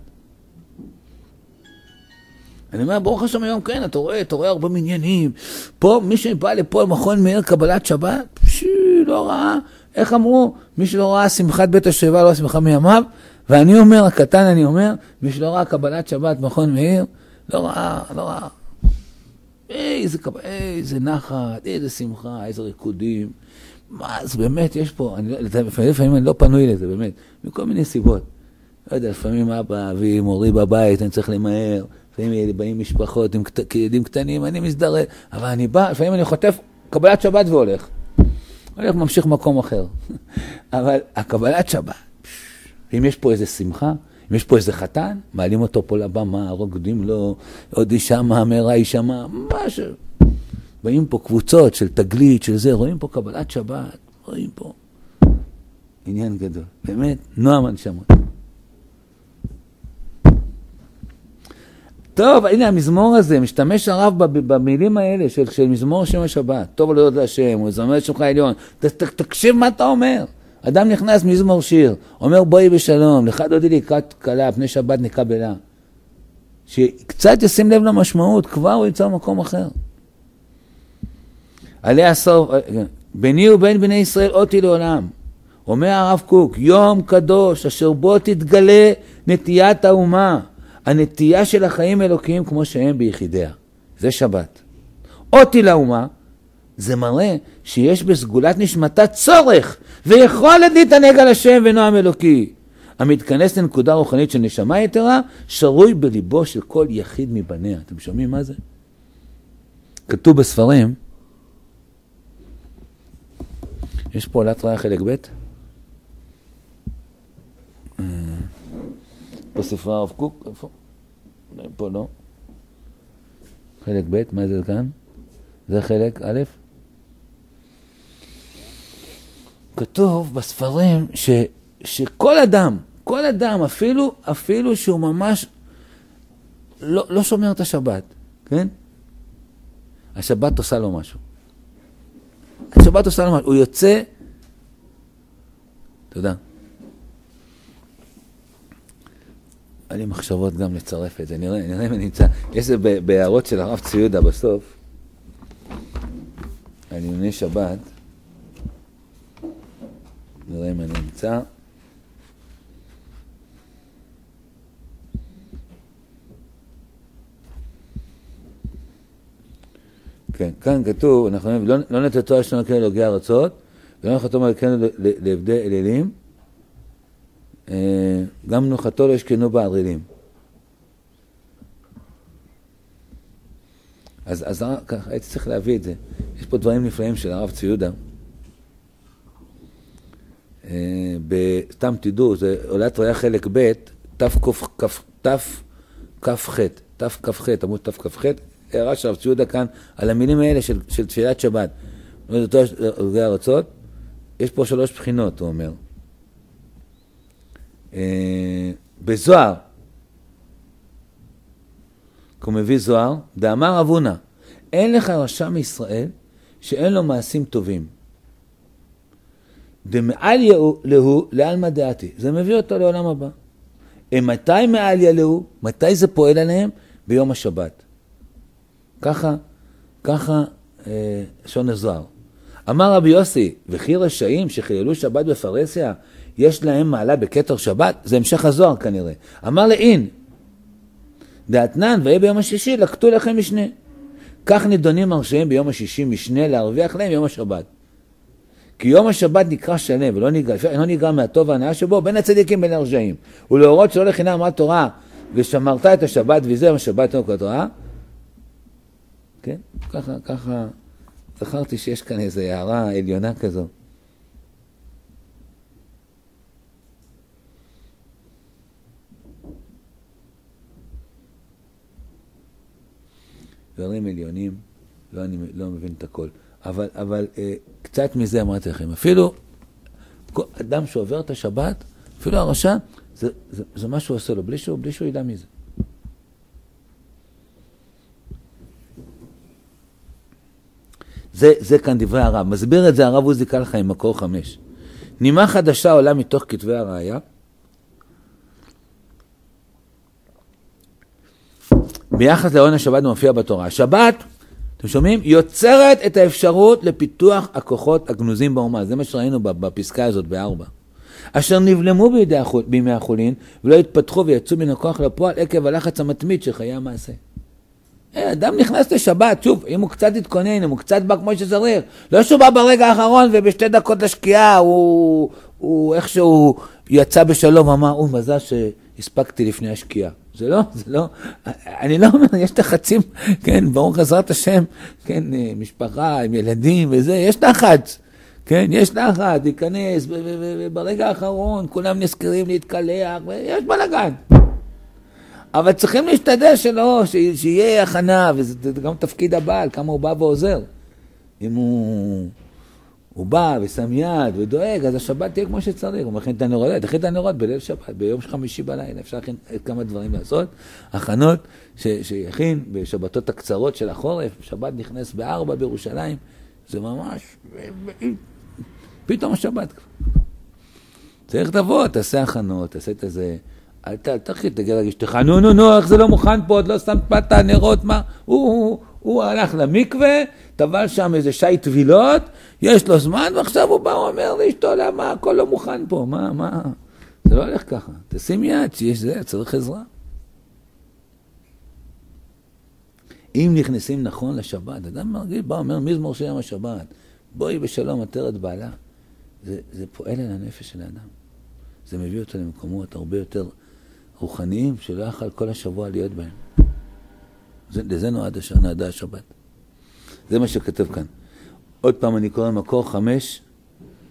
אני אומר, ברוך השם היום, כן, אתה רואה, אתה רואה הרבה מניינים. פה, מי שבא לפה למכון מאיר קבלת שבת, פשי, לא ראה. איך אמרו? מי שלא ראה שמחת בית השבעה, לא שמחה מימיו. ואני אומר, הקטן אני אומר, מי שלא ראה קבלת שבת מכון מאיר, לא ראה, לא ראה. איזה, איזה נחת, איזה שמחה, איזה ריקודים. מה, אז באמת יש פה, אני, לפעמים אני לא פנוי לזה, באמת, מכל מיני סיבות. לא יודע, לפעמים אבא אבי מורי בבית, אני צריך למהר. לפעמים באים משפחות עם ילדים קטנים, אני מזדרז, אבל אני בא, לפעמים אני חוטף קבלת שבת והולך. הולך ממשיך מקום אחר. אבל הקבלת שבת, אם יש פה איזה שמחה, אם יש פה איזה חתן, מעלים אותו פה לבמה, רוקדים לו, עוד אישה מאמרה, אישה מה, משהו. באים פה קבוצות של תגלית, של זה, רואים פה קבלת שבת, רואים פה. עניין גדול. באמת, נועם הנשמות. טוב, הנה המזמור הזה, משתמש הרב במילים האלה של, של מזמור שם השבת. טוב להודות להשם, הוא זמר שמך עליון. ת, ת, תקשיב מה אתה אומר. אדם נכנס מזמור שיר, אומר בואי בשלום, לך דודי לקראת קלה, פני שבת נקבלה. שקצת ישים לב למשמעות, כבר הוא יצא במקום אחר. עלי הסוף, ביני ובין בני ישראל אותי לעולם. אומר הרב קוק, יום קדוש אשר בו תתגלה נטיית האומה. הנטייה של החיים אלוקיים כמו שהם ביחידיה. זה שבת. אותי לאומה, זה מראה שיש בסגולת נשמתה צורך ויכולת להתענג על השם ונועם אלוקי. המתכנס לנקודה רוחנית של נשמה יתרה, שרוי בליבו של כל יחיד מבניה. אתם שומעים מה זה? כתוב בספרים, יש פה עולת ראיה חלק ב'? פה ספרה הרב קוק, איפה? פה לא. חלק ב', מה זה כאן? זה חלק א'. כתוב בספרים ש, שכל אדם, כל אדם, אפילו, אפילו שהוא ממש לא, לא שומר את השבת, כן? השבת עושה לו משהו. השבת עושה לו משהו. הוא יוצא, תודה. היה לי מחשבות גם לצרף את זה, נראה, נראה אם אני נמצא. יש זה בהערות של הרב צבי יהודה בסוף, על ענייני שבת, נראה אם אני נמצא. כן, כאן כתוב, אנחנו אומרים, לא, לא נתתו על שלנו כאלה להוגי ארצות, ולא נחתום על כאלה לעבדי אלילים, גם מנוחתו לא ישכנו בערלים. אז, אז ככה, הייתי צריך להביא את זה. יש פה דברים נפלאים של הרב צבי יהודה. סתם תדעו, זה עולת ראיה חלק ב', תכ"ח, תכ"ח, עמוד תכ"ח, הערה של הרב צבי יהודה כאן על המילים האלה של, של תפילת שבת. לא נתתו על להוגי ארצות, יש פה שלוש בחינות, הוא אומר. בזוהר, כמו מביא זוהר, דאמר אבונה, אין לך רשע מישראל שאין לו מעשים טובים. דמעל יהו לעלמא דעתי. זה מביא אותו לעולם הבא. מתי מעל יהו? מתי זה פועל עליהם? ביום השבת. ככה, ככה אה, שון הזוהר. אמר רבי יוסי, וכי רשעים שחיללו שבת בפרהסיה, יש להם מעלה בכתר שבת? זה המשך הזוהר כנראה. אמר לאין, דעתנן ויהיה ביום השישי, לקטו לכם משנה. כך נידונים הרשעים ביום השישי משנה להרוויח להם יום השבת. כי יום השבת נקרא שלם, ולא נגרע, לא נגרע מהטוב והנאה שבו, בין הצדיקים בין הרשעים. ולהורות שלא לחינם אמרת תורה, ושמרת את השבת, וזה יום השבת יום כתורה. כן? ככה, ככה, זכרתי שיש כאן איזו הערה עליונה כזו. דברים עליונים, לא, אני לא מבין את הכל. אבל, אבל אה, קצת מזה אמרתי לכם, אפילו אדם שעובר את השבת, אפילו הרשע, זה, זה, זה מה שהוא עושה לו, בלי שהוא, בלי שהוא ידע מזה. זה, זה כאן דברי הרב. מסביר את זה הרב עוזי קלחיים, מקור חמש. נימה חדשה עולה מתוך כתבי הראיה, ביחס לעון השבת מופיע בתורה. השבת, אתם שומעים? יוצרת את האפשרות לפיתוח הכוחות הגנוזים באומה. זה מה שראינו בפסקה הזאת בארבע. אשר נבלמו בידי החול, בימי החולין, ולא התפתחו ויצאו מן הכוח לפועל עקב הלחץ המתמיד של חיי המעשה. אדם נכנס לשבת, שוב, אם הוא קצת התכונן, אם הוא קצת בא כמו שצריך, לא שהוא בא ברגע האחרון ובשתי דקות לשקיעה, הוא, הוא איכשהו יצא בשלום, אמר, הוא מזל שהספקתי לפני השקיעה. זה לא, זה לא, אני לא אומר, יש תחצים, כן, ברוך עזרת השם, כן, משפחה עם ילדים וזה, יש תחץ, כן, יש תחת, להיכנס, וברגע האחרון כולם נזכרים להתקלח, ויש בלגן. אבל צריכים להשתדל שלא, שיהיה הכנה, וזה גם תפקיד הבעל, כמה הוא בא ועוזר. אם הוא, הוא בא ושם יד ודואג, אז השבת תהיה כמו שצריך. הוא מכין את הנרות, תכין את הנרות בליל שבת, ביום חמישי בלילה. אפשר להכין כמה דברים לעשות. הכנות ש, שיכין בשבתות הקצרות של החורף, שבת נכנס בארבע בירושלים, זה ממש, פתאום השבת. צריך לבוא, תעשה הכנות, תעשה את זה, אל תתחיל, תגיד להגיד שתך, נו נו נו, איך זה לא מוכן פה, עוד לא שמת פת הנרות, מה? הוא, הוא, הוא הלך למקווה, טבל שם איזה שי טבילות, יש לו זמן, ועכשיו הוא בא, הוא אומר לאשתו, למה הכל לא מוכן פה, מה, מה? זה לא הולך ככה, תשים יד, שיש זה, צריך עזרה. אם נכנסים נכון לשבת, אדם מרגיל, בא, אומר, מזמור של יום השבת, בואי בשלום עטרת בעלה, זה, זה פועל על הנפש של האדם. זה מביא אותו למקומות הרבה יותר רוחניים, שלא יכל כל השבוע להיות בהם. זה, לזה נועד נועדה השבת. זה מה שכתב כאן. עוד פעם אני קורא מקור חמש,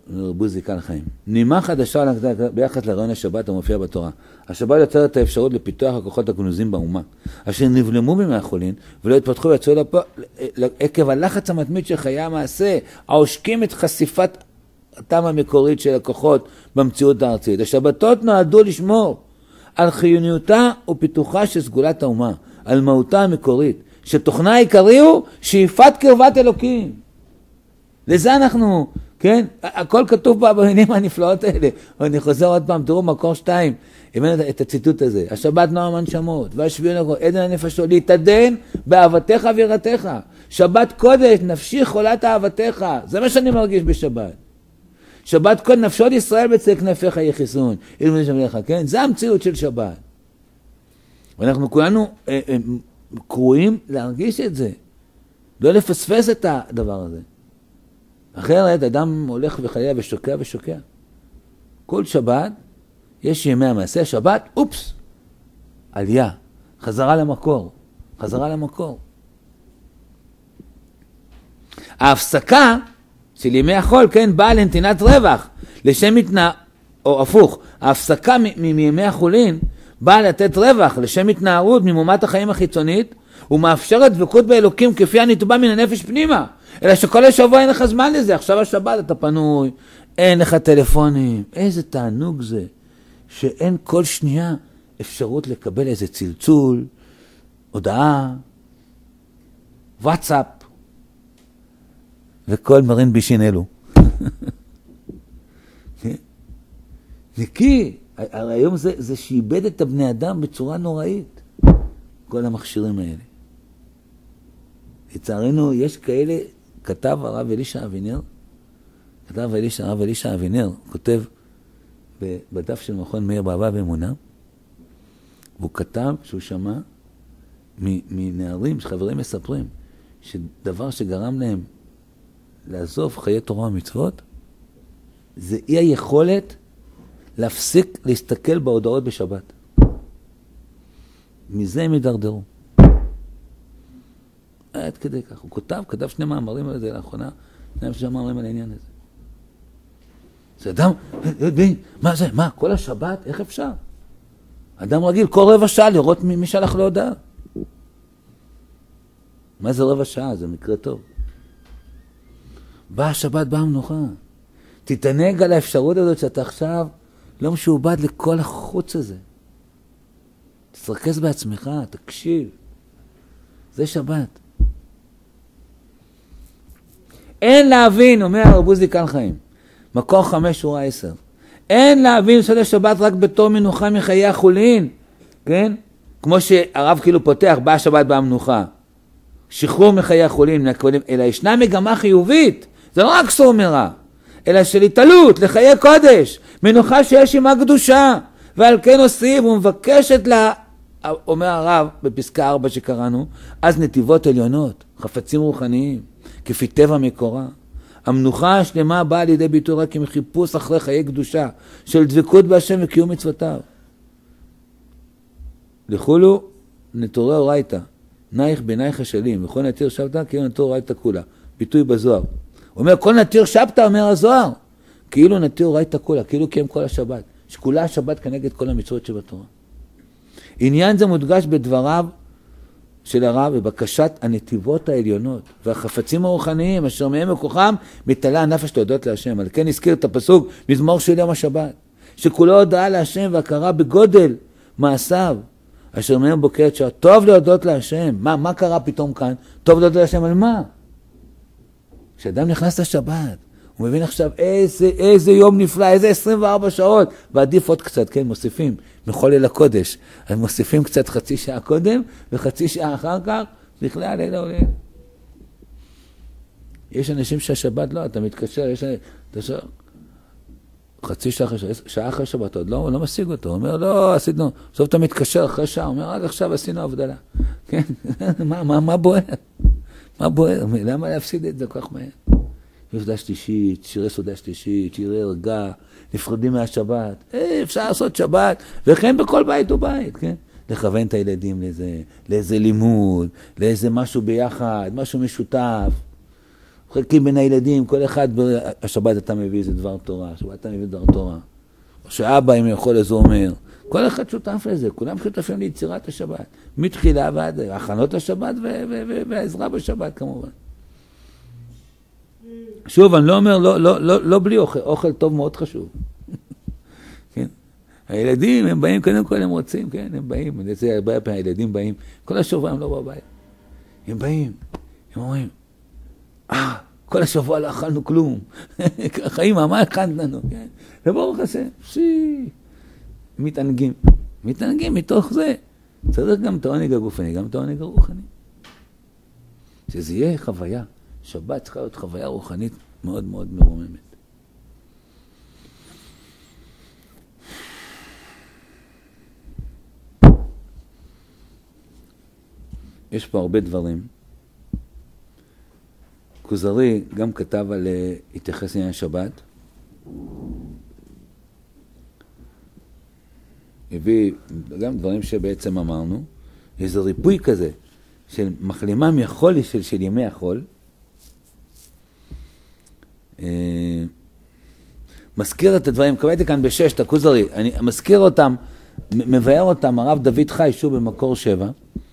רבוזי כאן חיים. נימה חדשה ביחס לרעיון השבת המופיע בתורה. השבת יוצרת את האפשרות לפיתוח הכוחות הגנוזים באומה, אשר נבלמו בימי החולין ולא התפתחו ויצאו לפה עקב הלחץ המתמיד של חיי המעשה, העושקים את חשיפת הטעם המקורית של הכוחות במציאות הארצית. השבתות נועדו לשמור על חיוניותה ופיתוחה של סגולת האומה, על מהותה המקורית, שתוכנה העיקרי הוא שאיפת קרבת אלוקים. לזה אנחנו, כן? הכל כתוב פה במילים הנפלאות האלה. אני חוזר עוד פעם, תראו מקור שתיים, הבאנו את הציטוט הזה. השבת נועם הנשמות, והשביעון עדן הנפשות, להתעדן באהבתך ויראתך. שבת קודש, נפשי חולת אהבתך. זה מה שאני מרגיש בשבת. שבת קודש, נפשות ישראל בצל כנפיך יחיסון. כן? זה המציאות של שבת. ואנחנו כולנו אה, אה, קרואים להרגיש את זה. לא לפספס את הדבר הזה. אחרת אדם הולך וחיה ושוקע ושוקע. כל שבת יש ימי המעשה, שבת, אופס, עלייה, חזרה למקור, חזרה למקור. ההפסקה של ימי החול, כן, באה לנתינת רווח, לשם התנא, או הפוך, ההפסקה מימי החולין באה לתת רווח, לשם התנערות ממומת החיים החיצונית, ומאפשרת דבקות באלוקים כפי הנתבע מן הנפש פנימה. אלא שכל השבוע אין לך זמן לזה, עכשיו השבת אתה פנוי, אין לך טלפונים, איזה תענוג זה, שאין כל שנייה אפשרות לקבל איזה צלצול, הודעה, וואטסאפ, וכל מרין בישין אלו. נקי, הרי היום זה, זה שאיבד את הבני אדם בצורה נוראית, כל המכשירים האלה. לצערנו, יש כאלה, כתב הרב אלישע אבינר, כתב אלישע, הרב אלישע אבינר, כותב בדף של מכון מאיר באהבה ואמונה, והוא כתב שהוא שמע מנערים, שחברים מספרים, שדבר שגרם להם לעזוב חיי תורה ומצוות, זה אי היכולת להפסיק להסתכל בהודעות בשבת. מזה הם ידרדרו. עד כדי כך. הוא כותב, כתב שני מאמרים על זה לאחרונה, שני מאמרים על העניין הזה. זה אדם, מה זה? מה? כל השבת? איך אפשר? אדם רגיל, כל רבע שעה לראות מי שלח לו הודעה. מה זה רבע שעה? זה מקרה טוב. באה השבת, באה המנוחה. תתענג על האפשרות הזאת שאתה עכשיו לא משועבד לכל החוץ הזה. תתרכז בעצמך, תקשיב. זה שבת. אין להבין, אומר רבוזי כאן חיים, מקור חמש שורה עשר. אין להבין של השבת רק בתור מנוחה מחיי החולין, כן? כמו שהרב כאילו פותח, באה שבת במנוחה. שחרור מחיי החולין, אלא ישנה מגמה חיובית, זה לא רק סור מרע, אלא של התעלות לחיי קודש, מנוחה שיש עמה קדושה, ועל כן עושים ומבקשת לה, אומר הרב בפסקה ארבע שקראנו, אז נתיבות עליונות, חפצים רוחניים, כפי טבע מקורה. המנוחה השלמה באה לידי ביטוי רק עם חיפוש אחרי חיי קדושה, של דבקות בהשם וקיום מצוותיו. לכולו נטורי אורייתא, נייך בנייך השלים, וכל נתיר שבתא כאילו נטור אורייתא כולה. ביטוי בזוהר. הוא אומר, כל נתיר שבתא, אומר הזוהר, כאילו נתיר אורייתא כולה, כאילו קיים כל השבת. שכולה השבת כנגד כל המצוות שבתורה. עניין זה מודגש בדבריו של הרב בבקשת הנתיבות העליונות והחפצים הרוחניים אשר מהם וכוחם מתעלה הנפש להודות להשם. על כן הזכיר את הפסוק מזמור של יום השבת, שכולו הודעה להשם והכרה בגודל מעשיו אשר מהם בוקרת שעה. טוב להודות להשם. מה, מה קרה פתאום כאן? טוב להודות להשם על מה? כשאדם נכנס לשבת, הוא מבין עכשיו איזה, איזה יום נפלא, איזה עשרים וארבע שעות, ועדיף עוד קצת, כן, מוסיפים, מחולל הקודש. אז מוסיפים קצת חצי שעה קודם, וחצי שעה אחר כך, בכלל, לילה עולה. יש אנשים שהשבת לא, אתה מתקשר, יש אתה שואל, חצי שעה אחרי, שעה אחרי שבת, עוד לא, לא משיג אותו, הוא אומר, לא, עשינו, בסוף אתה מתקשר אחרי שעה, הוא אומר, רק עכשיו עשינו הבדלה. כן, מה, מה, מה בוער? מה בוער? למה להפסיד את זה כל כך מהר? סעודה שלישית, שירי סעודה שלישית, שירי הרגע, נפרדים מהשבת. אה, אפשר לעשות שבת, וכן בכל בית ובית, כן? לכוון את הילדים לאיזה, לאיזה לימוד, לאיזה משהו ביחד, משהו משותף. חלקים בין הילדים, כל אחד, השבת אתה מביא איזה דבר תורה, השבת אתה מביא דבר תורה. או שאבא אם יכול איזה אומר, כל אחד שותף לזה, כולם שותפים ליצירת השבת. מתחילה ועד הכנות השבת והעזרה בשבת כמובן. שוב, אני לא אומר, לא, לא, לא, לא בלי אוכל, אוכל טוב מאוד חשוב. כן? הילדים, הם באים, קודם כל הם רוצים, כן? הם באים, אני רוצה, הרבה פעמים הילדים באים, כל השבוע הם לא בבית. הם באים, הם אומרים, אה, כל השבוע לא אכלנו כלום. חיים, מה הכנת לנו? כן? וברוך השם, שי, מתענגים. מתענגים מתוך זה. צריך גם את העונג הגופני, גם את העונג הרוחני. שזה יהיה חוויה. שבת צריכה להיות חוויה רוחנית מאוד מאוד מרוממת. יש פה הרבה דברים. כוזרי גם כתב על התייחס לעניין השבת. הביא גם דברים שבעצם אמרנו. איזה ריפוי כזה של מחלימה מחול של, של ימי החול. מזכיר את הדברים, קבעתי כאן בשש, את הכוזרי, אני מזכיר אותם, מבאר אותם, הרב דוד חי, שוב במקור שבע.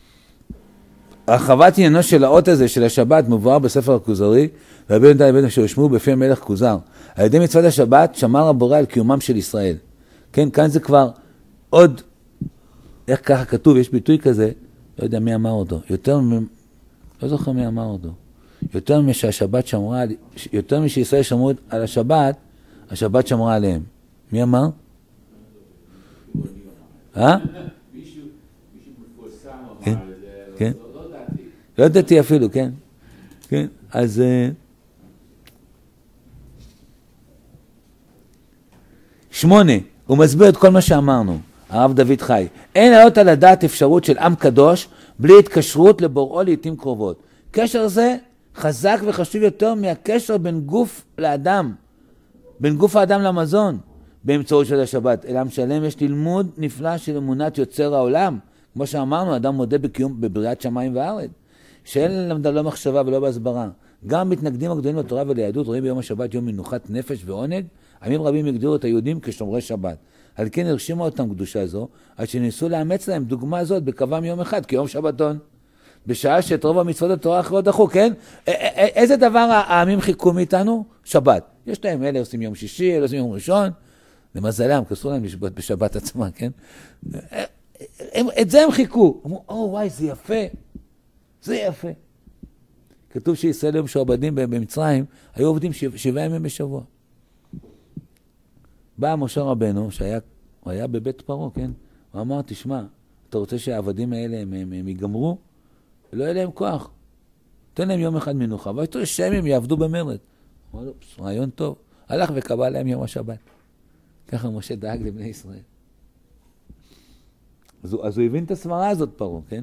הרחבת עניינו של האות הזה, של השבת, מבואר בספר הכוזרי, והרבה נדע לבית שיושמו בפי המלך כוזר. על ידי מצוות השבת, שמר הבורא על קיומם של ישראל. כן, כאן זה כבר עוד, איך ככה כתוב, יש ביטוי כזה, לא יודע מי אמר אותו, יותר, לא זוכר מי אמר אותו. יותר משהשבת שמרה, יותר משישראל שמרו על השבת, השבת שמרה עליהם. מי אמר? אה? מישהו מפורסם כן, אמר, כן. לא דעתי. לא דעתי אפילו, כן. כן, אז... שמונה, הוא מסביר את כל מה שאמרנו, הרב דוד חי. אין לעלות על הדעת אפשרות של עם קדוש, בלי התקשרות לבוראו לעתים קרובות. קשר זה חזק וחשוב יותר מהקשר בין גוף לאדם, בין גוף האדם למזון, באמצעות של השבת. אלא משלם יש ללמוד נפלא של אמונת יוצר העולם. כמו שאמרנו, אדם מודה בקיום בבריאת שמיים וארץ, שאין למדה לא מחשבה ולא בהסברה. גם מתנגדים הגדולים לתורה וליהדות רואים ביום השבת יום מנוחת נפש ועונג. עמים רבים הגדירו את היהודים כשומרי שבת. על כן הרשימה אותם קדושה זו, עד שניסו לאמץ להם דוגמה זאת בקוום יום אחד, כיום שבתון. בשעה שאת רוב המצוות התורה האחרות דחו, כן? איזה דבר העמים חיכו מאיתנו? שבת. יש להם אלה עושים יום שישי, אלה עושים יום ראשון. למזלם, כסו להם לשבות בשבת עצמה, כן? הם, את זה הם חיכו. אמרו, או וואי, זה יפה. זה יפה. כתוב שישראל היו משועבדים במצרים, היו עובדים שבע, שבעה ימים בשבוע. בא משה רבנו, שהיה הוא היה בבית פרעה, כן? הוא אמר, תשמע, אתה רוצה שהעבדים האלה הם, הם, הם ייגמרו? לא יהיה להם כוח. תן להם יום אחד מנוחה, ואיתו שהם הם יעבדו במרד. אמר לו, רעיון טוב. הלך וקבע להם יום השבת. ככה משה דאג לבני ישראל. אז הוא, אז הוא הבין את הסברה הזאת פרעה, כן?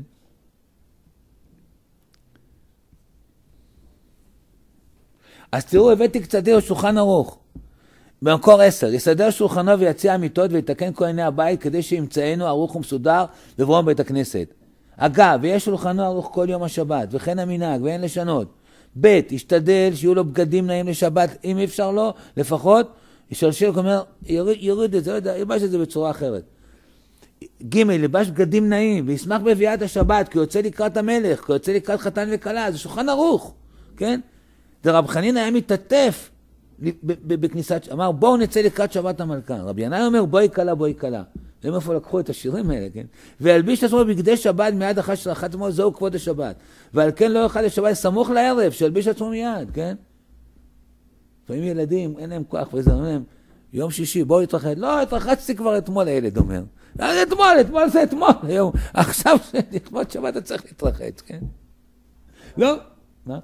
אז תראו, הבאתי קצת על שולחן ערוך. במקור עשר, יסדר שולחנו ויציע אמיתות ויתקן כהני הבית כדי שימצאנו ערוך ומסודר בברום בית הכנסת. אגב, ויש שולחנו ערוך כל יום השבת, וכן המנהג, ואין לשנות. ב', ישתדל שיהיו לו בגדים נעים לשבת, אם אי אפשר לו, לפחות, ישלשל, אומר, יוריד, יוריד את זה, לא יודע, ילבש את זה בצורה אחרת. ג', לבש בגדים נעים, וישמח בביאת השבת, כי יוצא לקראת המלך, כי יוצא לקראת חתן וכלה, זה שולחן ערוך, כן? ורב חנין היה מתעטף, בכניסת, אמר בואו נצא לקראת שבת המלכה. רבי ינאי אומר בואי קלה בואי קלה. זה מאיפה לקחו את השירים האלה, כן? וילביש עצמו בגדי שבת מיד אחת של אחת עצמו, זהו כבוד השבת. ועל כן לא יוכל לשבת סמוך לערב, שילביש עצמו מיד, כן? לפעמים ילדים אין להם כוח וזה, אומרים להם יום שישי בואו להתרחץ. לא, התרחצתי כבר אתמול, הילד אומר. אתמול, אתמול זה אתמול. היום, עכשיו לכבוד שבת אתה צריך להתרחץ, כן? לא? מה?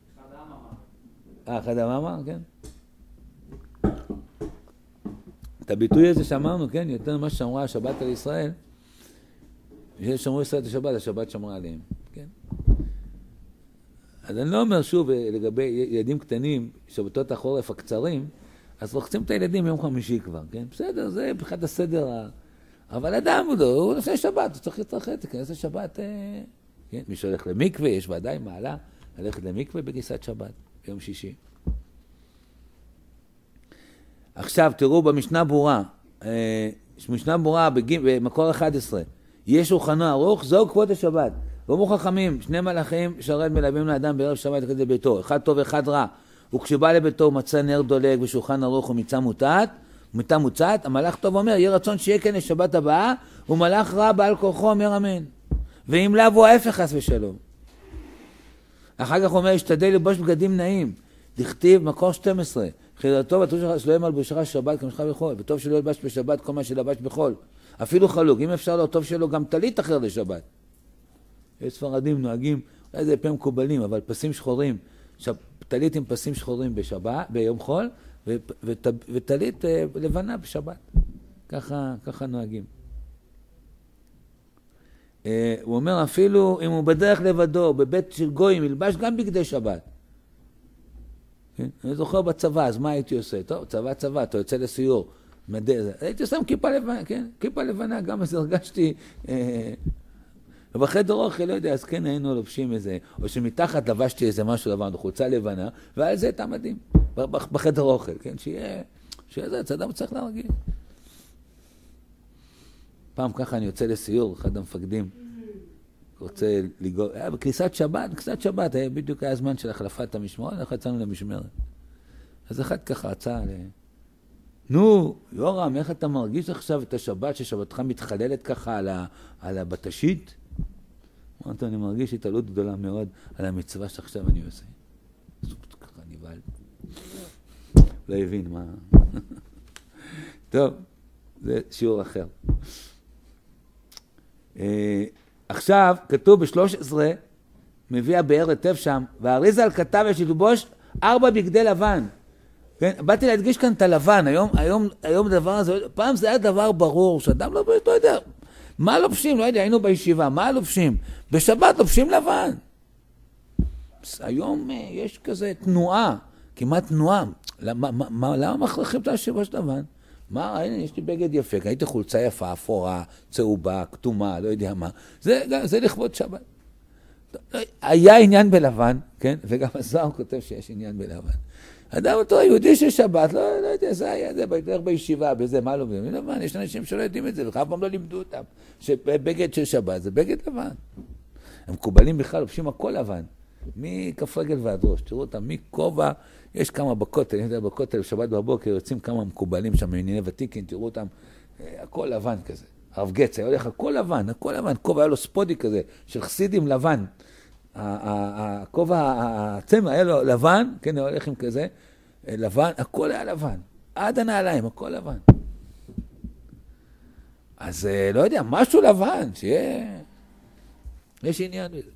אה, חדם אמר, כן? את הביטוי הזה שאמרנו, כן, יותר ממה שאמרה השבת על ישראל, ששמרו ישראל את השבת, השבת שמרה עליהם, כן? אז אני לא אומר שוב לגבי ילדים קטנים, שבתות החורף הקצרים, אז רוחצים את הילדים יום חמישי כבר, כן? בסדר, זה בכלל הסדר, אבל אדם הוא לא, הוא לפני שבת, הוא צריך להתרחץ, כנס לשבת, כן? מי שהולך למקווה, יש ודאי מעלה, ללכת למקווה בגיסת שבת, יום שישי. עכשיו תראו במשנה ברורה, משנה ברורה במקור אחד עשרה, יש שולחנו ערוך, זהו כבוד השבת. ואמרו חכמים, שני מלאכים שרת מלווים לאדם בערב שבת כזה ביתו, אחד טוב ואחד רע. וכשבא לביתו הוא מצא נר דולק ושולחן ערוך ומיטה מוצעת, ומיטה מוצעת, המלאך טוב אומר, יהיה רצון שיהיה כן לשבת הבאה, ומלאך רע בעל כורחו אומר אמן. ואם לאו הוא ההפך חס ושלום. אחר כך הוא אומר, השתדל לבוש בגדים נעים, דכתיב מקור שתים עשרה, חירתו וטוב שלא יהיה מלבושך שבת כמשך בחול, וטוב שלא ילבש בשבת כל מה שלבש בחול. אפילו חלוק, אם אפשר לו טוב שלו גם טלית אחר לשבת. יש ספרדים נוהגים, אולי זה פעם מקובלים, אבל פסים שחורים, טלית עם פסים שחורים בשבת, ביום חול, וטלית לבנה בשבת. ככה, ככה נוהגים. הוא אומר אפילו אם הוא בדרך לבדו, בבית של גויים, ילבש גם בגדי שבת. כן? אני זוכר בצבא, אז מה הייתי עושה? טוב, צבא צבא, אתה יוצא לסיור. מדי, הייתי עושה עם כיפה לבנה, כן? כיפה לבנה, גם אז הרגשתי... אה, ובחדר אוכל, לא יודע, אז כן היינו לובשים איזה, או שמתחת לבשתי איזה משהו לבן, חולצה לבנה, ועל זה הייתה מדהים, בחדר אוכל, כן? שיהיה, שיהיה זה, אדם צריך להרגיש. פעם ככה אני יוצא לסיור, אחד המפקדים, רוצה לגור, היה בכניסת שבת, בכניסת שבת, היה בדיוק היה הזמן של החלפת המשמרות, אנחנו יצאנו למשמרת. אז אחד ככה יצא ל... נו, יורם, איך אתה מרגיש עכשיו את השבת, ששבתך מתחללת ככה על, ה... על הבטשית? אמרתי, אני מרגיש התעלות גדולה מאוד על המצווה שעכשיו אני עושה. ככה נבהל. לא הבין מה... טוב, זה שיעור אחר. עכשיו, כתוב ב-שלוש עשרה, מביא הבאר היטב שם, והאריזל כתב יש ללבוש ארבע בגדי לבן. כן? באתי להדגיש כאן את הלבן, היום, היום, היום דבר הזה, פעם זה היה דבר ברור, שאדם לא, לא יודע, מה לובשים? לא יודע, היינו בישיבה, מה לובשים? בשבת לובשים לבן. היום יש כזה תנועה, כמעט תנועה. למה, מה, למה מכריחים את השיבוש לבן? מה, הנה, יש לי בגד יפה, הייתי חולצה יפה, אפורה, צהובה, כתומה, לא יודע מה. זה, זה לכבוד שבת. היה עניין בלבן, כן? וגם הזוהר כותב שיש עניין בלבן. אדם אותו יהודי של שבת, לא, לא יודע, זה היה, זה בדרך בישיבה, בזה, מה לא מבינים? לבן, יש אנשים שלא יודעים את זה, וכך פעם לא לימדו אותם, שבגד של שבת זה בגד לבן. הם מקובלים בכלל, לובשים הכל לבן, מכף רגל ועד ראש, תראו אותם, מכובע, יש כמה בכותל, אני יודע, בכותל, שבת בבוקר, יוצאים כמה מקובלים שם, מענייני ותיקין, תראו אותם, הכל לבן כזה. הרב גץ, היה הולך הכל לבן, הכל לבן, כובע היה לו ספודי כזה, של חסידים לבן. הכובע, הצמר היה לו לבן, כן, הוא הולך עם כזה, לבן, הכל היה לבן, עד הנעליים, הכל לבן. אז לא יודע, משהו לבן, שיהיה, יש עניין בזה.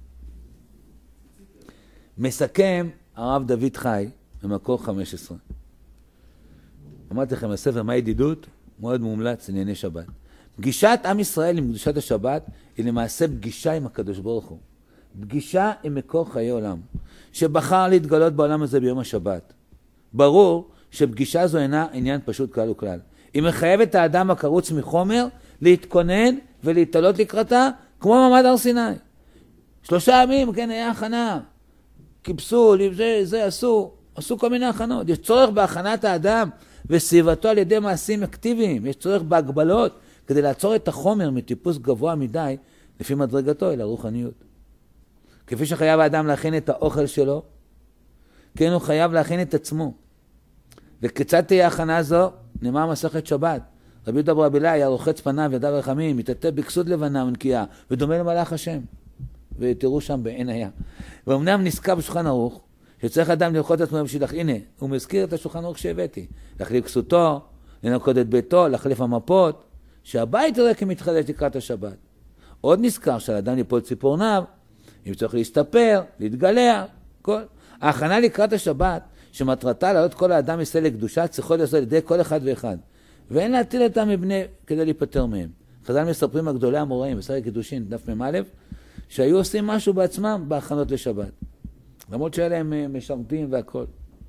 מסכם הרב דוד חי, במקור חמש עשרה. אמרתי לכם, הספר מה ידידות? מאוד מומלץ לענייני שבת. פגישת עם ישראל עם קדושת השבת היא למעשה פגישה עם הקדוש ברוך הוא. פגישה עם מקור חיי עולם, שבחר להתגלות בעולם הזה ביום השבת. ברור שפגישה זו אינה עניין פשוט כלל וכלל. היא מחייבת את האדם הקרוץ מחומר להתכונן ולהתעלות לקראתה כמו ממד הר סיני. שלושה ימים, כן, היה הכנה. קיבסו, זה, זה, עשו, עשו כל מיני הכנות. יש צורך בהכנת האדם וסביבתו על ידי מעשים אקטיביים. יש צורך בהגבלות כדי לעצור את החומר מטיפוס גבוה מדי לפי מדרגתו אל הרוחניות. כפי שחייב האדם להכין את האוכל שלו, כן הוא חייב להכין את עצמו. וכיצד תהיה הכנה זו? נאמר מסכת שבת. רבי יהודה בר אבילעאי היה רוחץ פניו ידיו רחמים, מתעטף בכסות לבנה ונקייה, ודומה למלאך השם. ותראו שם בעין היה. ואומנם נזכר בשולחן ערוך, שצריך אדם ללחוץ את עצמו בשילח. הנה, הוא מזכיר את השולחן ערוך שהבאתי. להחליף כסותו, לנקות את ביתו, להחליף המפות, שהבית יראה כמתחדש לקראת השבת. עוד נזכר שעל אדם ליפול ציפורניו, אם צריך להסתפר, להתגלע, כל. ההכנה לקראת השבת, שמטרתה לעלות כל האדם ישראל לקדושה, צריכות לעשות על ידי כל אחד ואחד. ואין להטיל אותם מבני כדי להיפטר מהם. חז"ל מספרים על גדולי המוראים, בספר קידושין, דף מ"א, שהיו עושים משהו בעצמם בהכנות לשבת. למרות שהיה להם משרתים והכל.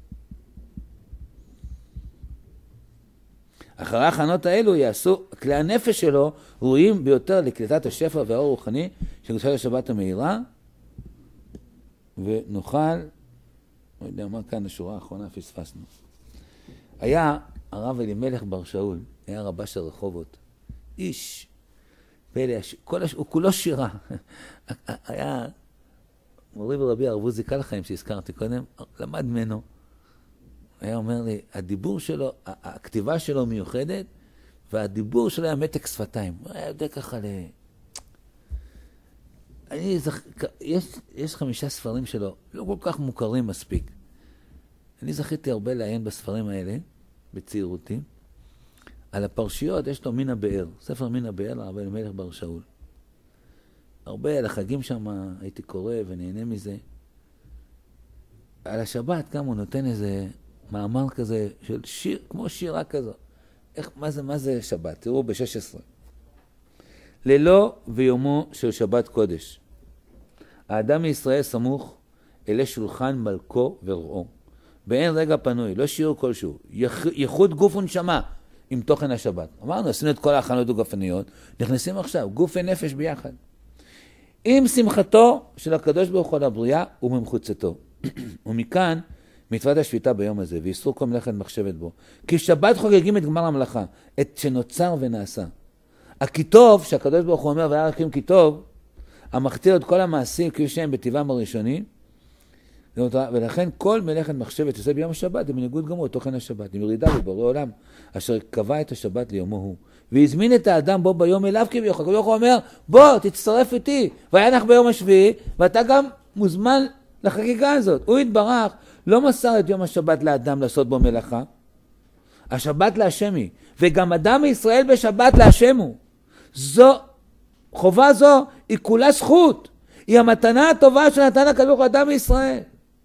אחרי ההכנות האלו יעשו, כלי הנפש שלו ראויים ביותר לקליטת השפע והאור הרוחני של קדושת השבת המהירה, ונוכל לא יודע מה כאן, השורה האחרונה פספסנו. היה הרב אלימלך בר שאול, היה רבה של רחובות. איש, פלא, כל הש... הוא כולו שירה. היה מורי ורבי הרב עוזי קלחיים שהזכרתי קודם, למד ממנו. היה אומר לי, הדיבור שלו, הכתיבה שלו מיוחדת, והדיבור שלו היה מתק שפתיים. הוא היה יודע ככה ל... אני זכ... יש, יש חמישה ספרים שלו, לא כל כך מוכרים מספיק. אני זכיתי הרבה לעיין בספרים האלה, בצעירותי. על הפרשיות יש לו מן הבאר, ספר מן הבאר, הרב אלימלך בר שאול. הרבה על החגים שם הייתי קורא ונהנה מזה. על השבת גם הוא נותן איזה מאמר כזה של שיר, כמו שירה כזו. איך, מה זה, מה זה שבת? תראו ב-שש עשרה. לילו ויומו של שבת קודש. האדם מישראל סמוך אלי שולחן מלכו ורעו. באין רגע פנוי, לא שיעור כלשהו. ייחוד גוף ונשמה עם תוכן השבת. אמרנו, עשינו את כל ההכנות הגופניות, נכנסים עכשיו, גוף ונפש ביחד. עם שמחתו של הקדוש ברוך הוא על הבריאה וממחוצתו. ומכאן מצוות השביתה ביום הזה, ואיסור כל מלאכת מחשבת בו. כי שבת חוגגים את גמר המלאכה, את שנוצר ונעשה. הכיתוב, שהקדוש ברוך הוא אומר, והיה רכים כיתוב, המכתיר את כל המעשים כפי שהם בטבעם הראשוני, ולכן כל מלאכת מחשבת שעושה ביום השבת, זה בניגוד גמור תוכן השבת, עם ירידה בבורא עולם, אשר קבע את השבת ליומו הוא, והזמין את האדם בו ביום אליו כביכול. הקדוש ברוך הוא אומר, בוא, תצטרף איתי, וינח ביום השביעי, ואתה גם מוזמן לחגיגה הזאת. הוא התברך, לא מסר את יום השבת לאדם לעשות בו מלאכה, השבת להשם היא, וגם אדם מישראל בשבת להשם הוא. זו, חובה זו, היא כולה זכות, היא המתנה הטובה שנתן הקדוש ברוך הוא אדם מישראל.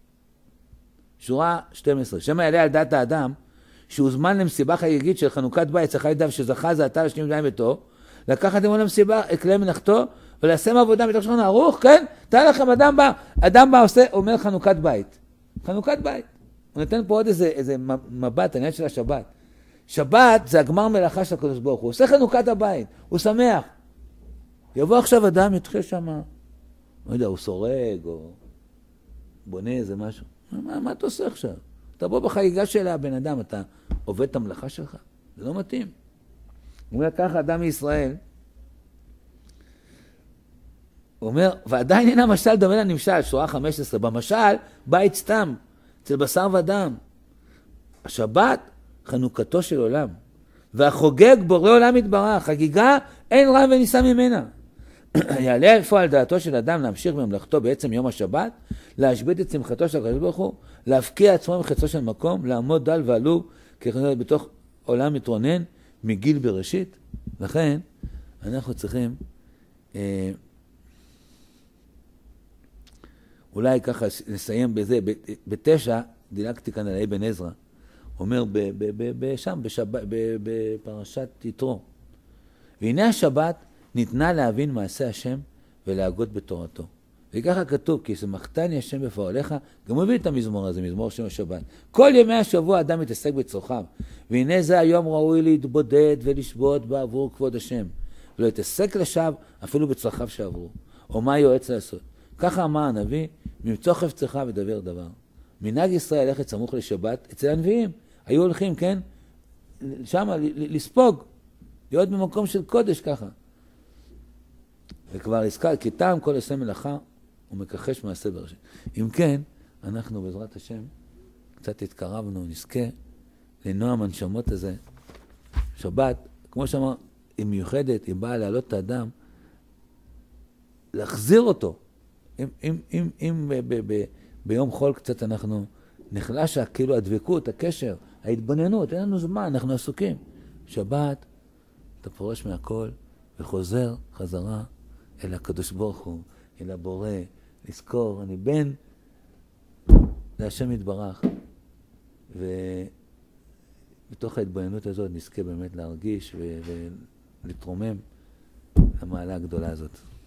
שורה שתים עשרה, שמה יעלה על דעת האדם, שהוזמן למסיבה חגיגית של חנוכת בית, צריך לדעת שזכה זה עתה לשנים דיים ביתו, לקחת אמון למסיבה, כלי מנחתו, ולעשם עבודה מתוך שכון ערוך, כן? תראה לכם, אדם בא, אדם בא עושה, אומר חנוכת בית. חנוכת בית. הוא נותן פה עוד איזה, איזה מבט, העניין של השבת. שבת זה הגמר מלאכה של הקדוש ברוך הוא, הוא עושה חנוכת הבית, הוא שמח. יבוא עכשיו אדם, יתחיל שם, לא יודע, הוא סורג, או בונה איזה משהו. מה, מה אתה עושה עכשיו? אתה בוא בחגיגה שלה, הבן אדם, אתה עובד את המלאכה שלך? זה לא מתאים. הוא אומר ככה, אדם מישראל, הוא אומר, ועדיין אין המשל דומה לנמשל, שורה חמש עשרה, במשל, בית סתם, אצל בשר ודם. השבת, חנוכתו של עולם, והחוגג בורא עולם יתברך, חגיגה אין רע וניסה ממנה. יעלה איפה על דעתו של אדם להמשיך בממלכתו בעצם יום השבת, להשבית את שמחתו של הקדוש ברוך הוא, להפקיע עצמו מחצו של מקום, לעמוד דל ועלוב ככנסת בתוך עולם מתרונן מגיל בראשית. לכן אנחנו צריכים אה, אולי ככה נסיים בזה, בתשע דילגתי כאן על אבן עזרא, אומר ב, ב, ב, ב, שם בשבת, ב, בפרשת יתרו, והנה השבת ניתנה להבין מעשה השם ולהגות בתורתו. וככה כתוב, כי שמחתני השם בפועליך, גם הוא הביא את המזמור הזה, מזמור שם השבת. כל ימי השבוע אדם מתעסק בצרכיו, והנה זה היום ראוי להתבודד ולשבות בעבור כבוד השם, ולא יתעסק לשווא אפילו בצרכיו שעברו. או מה יועץ לעשות? ככה אמר הנביא, ממצוא חפצך ודבר דבר. מנהג ישראל ללכת סמוך לשבת אצל הנביאים. היו הולכים, כן? שם לספוג, להיות במקום של קודש ככה. וכבר הזכר, כי טעם כל עושה מלאכה ומכחש מעשה בראשית. אם כן, אנחנו בעזרת השם קצת התקרבנו, נזכה לנועם הנשמות הזה. שבת, כמו שאמר, היא מיוחדת, היא באה להעלות את האדם, להחזיר אותו. אם, אם, אם, אם ב, ב, ב, ביום חול קצת אנחנו נחלש, כאילו הדבקות, הקשר, ההתבוננות, אין לנו זמן, אנחנו עסוקים. שבת, אתה פורש מהכל וחוזר חזרה אל הקדוש ברוך הוא, אל הבורא, לזכור, אני בן להשם יתברך, ובתוך ההתבוננות הזאת נזכה באמת להרגיש ולהתרומם למעלה הגדולה הזאת.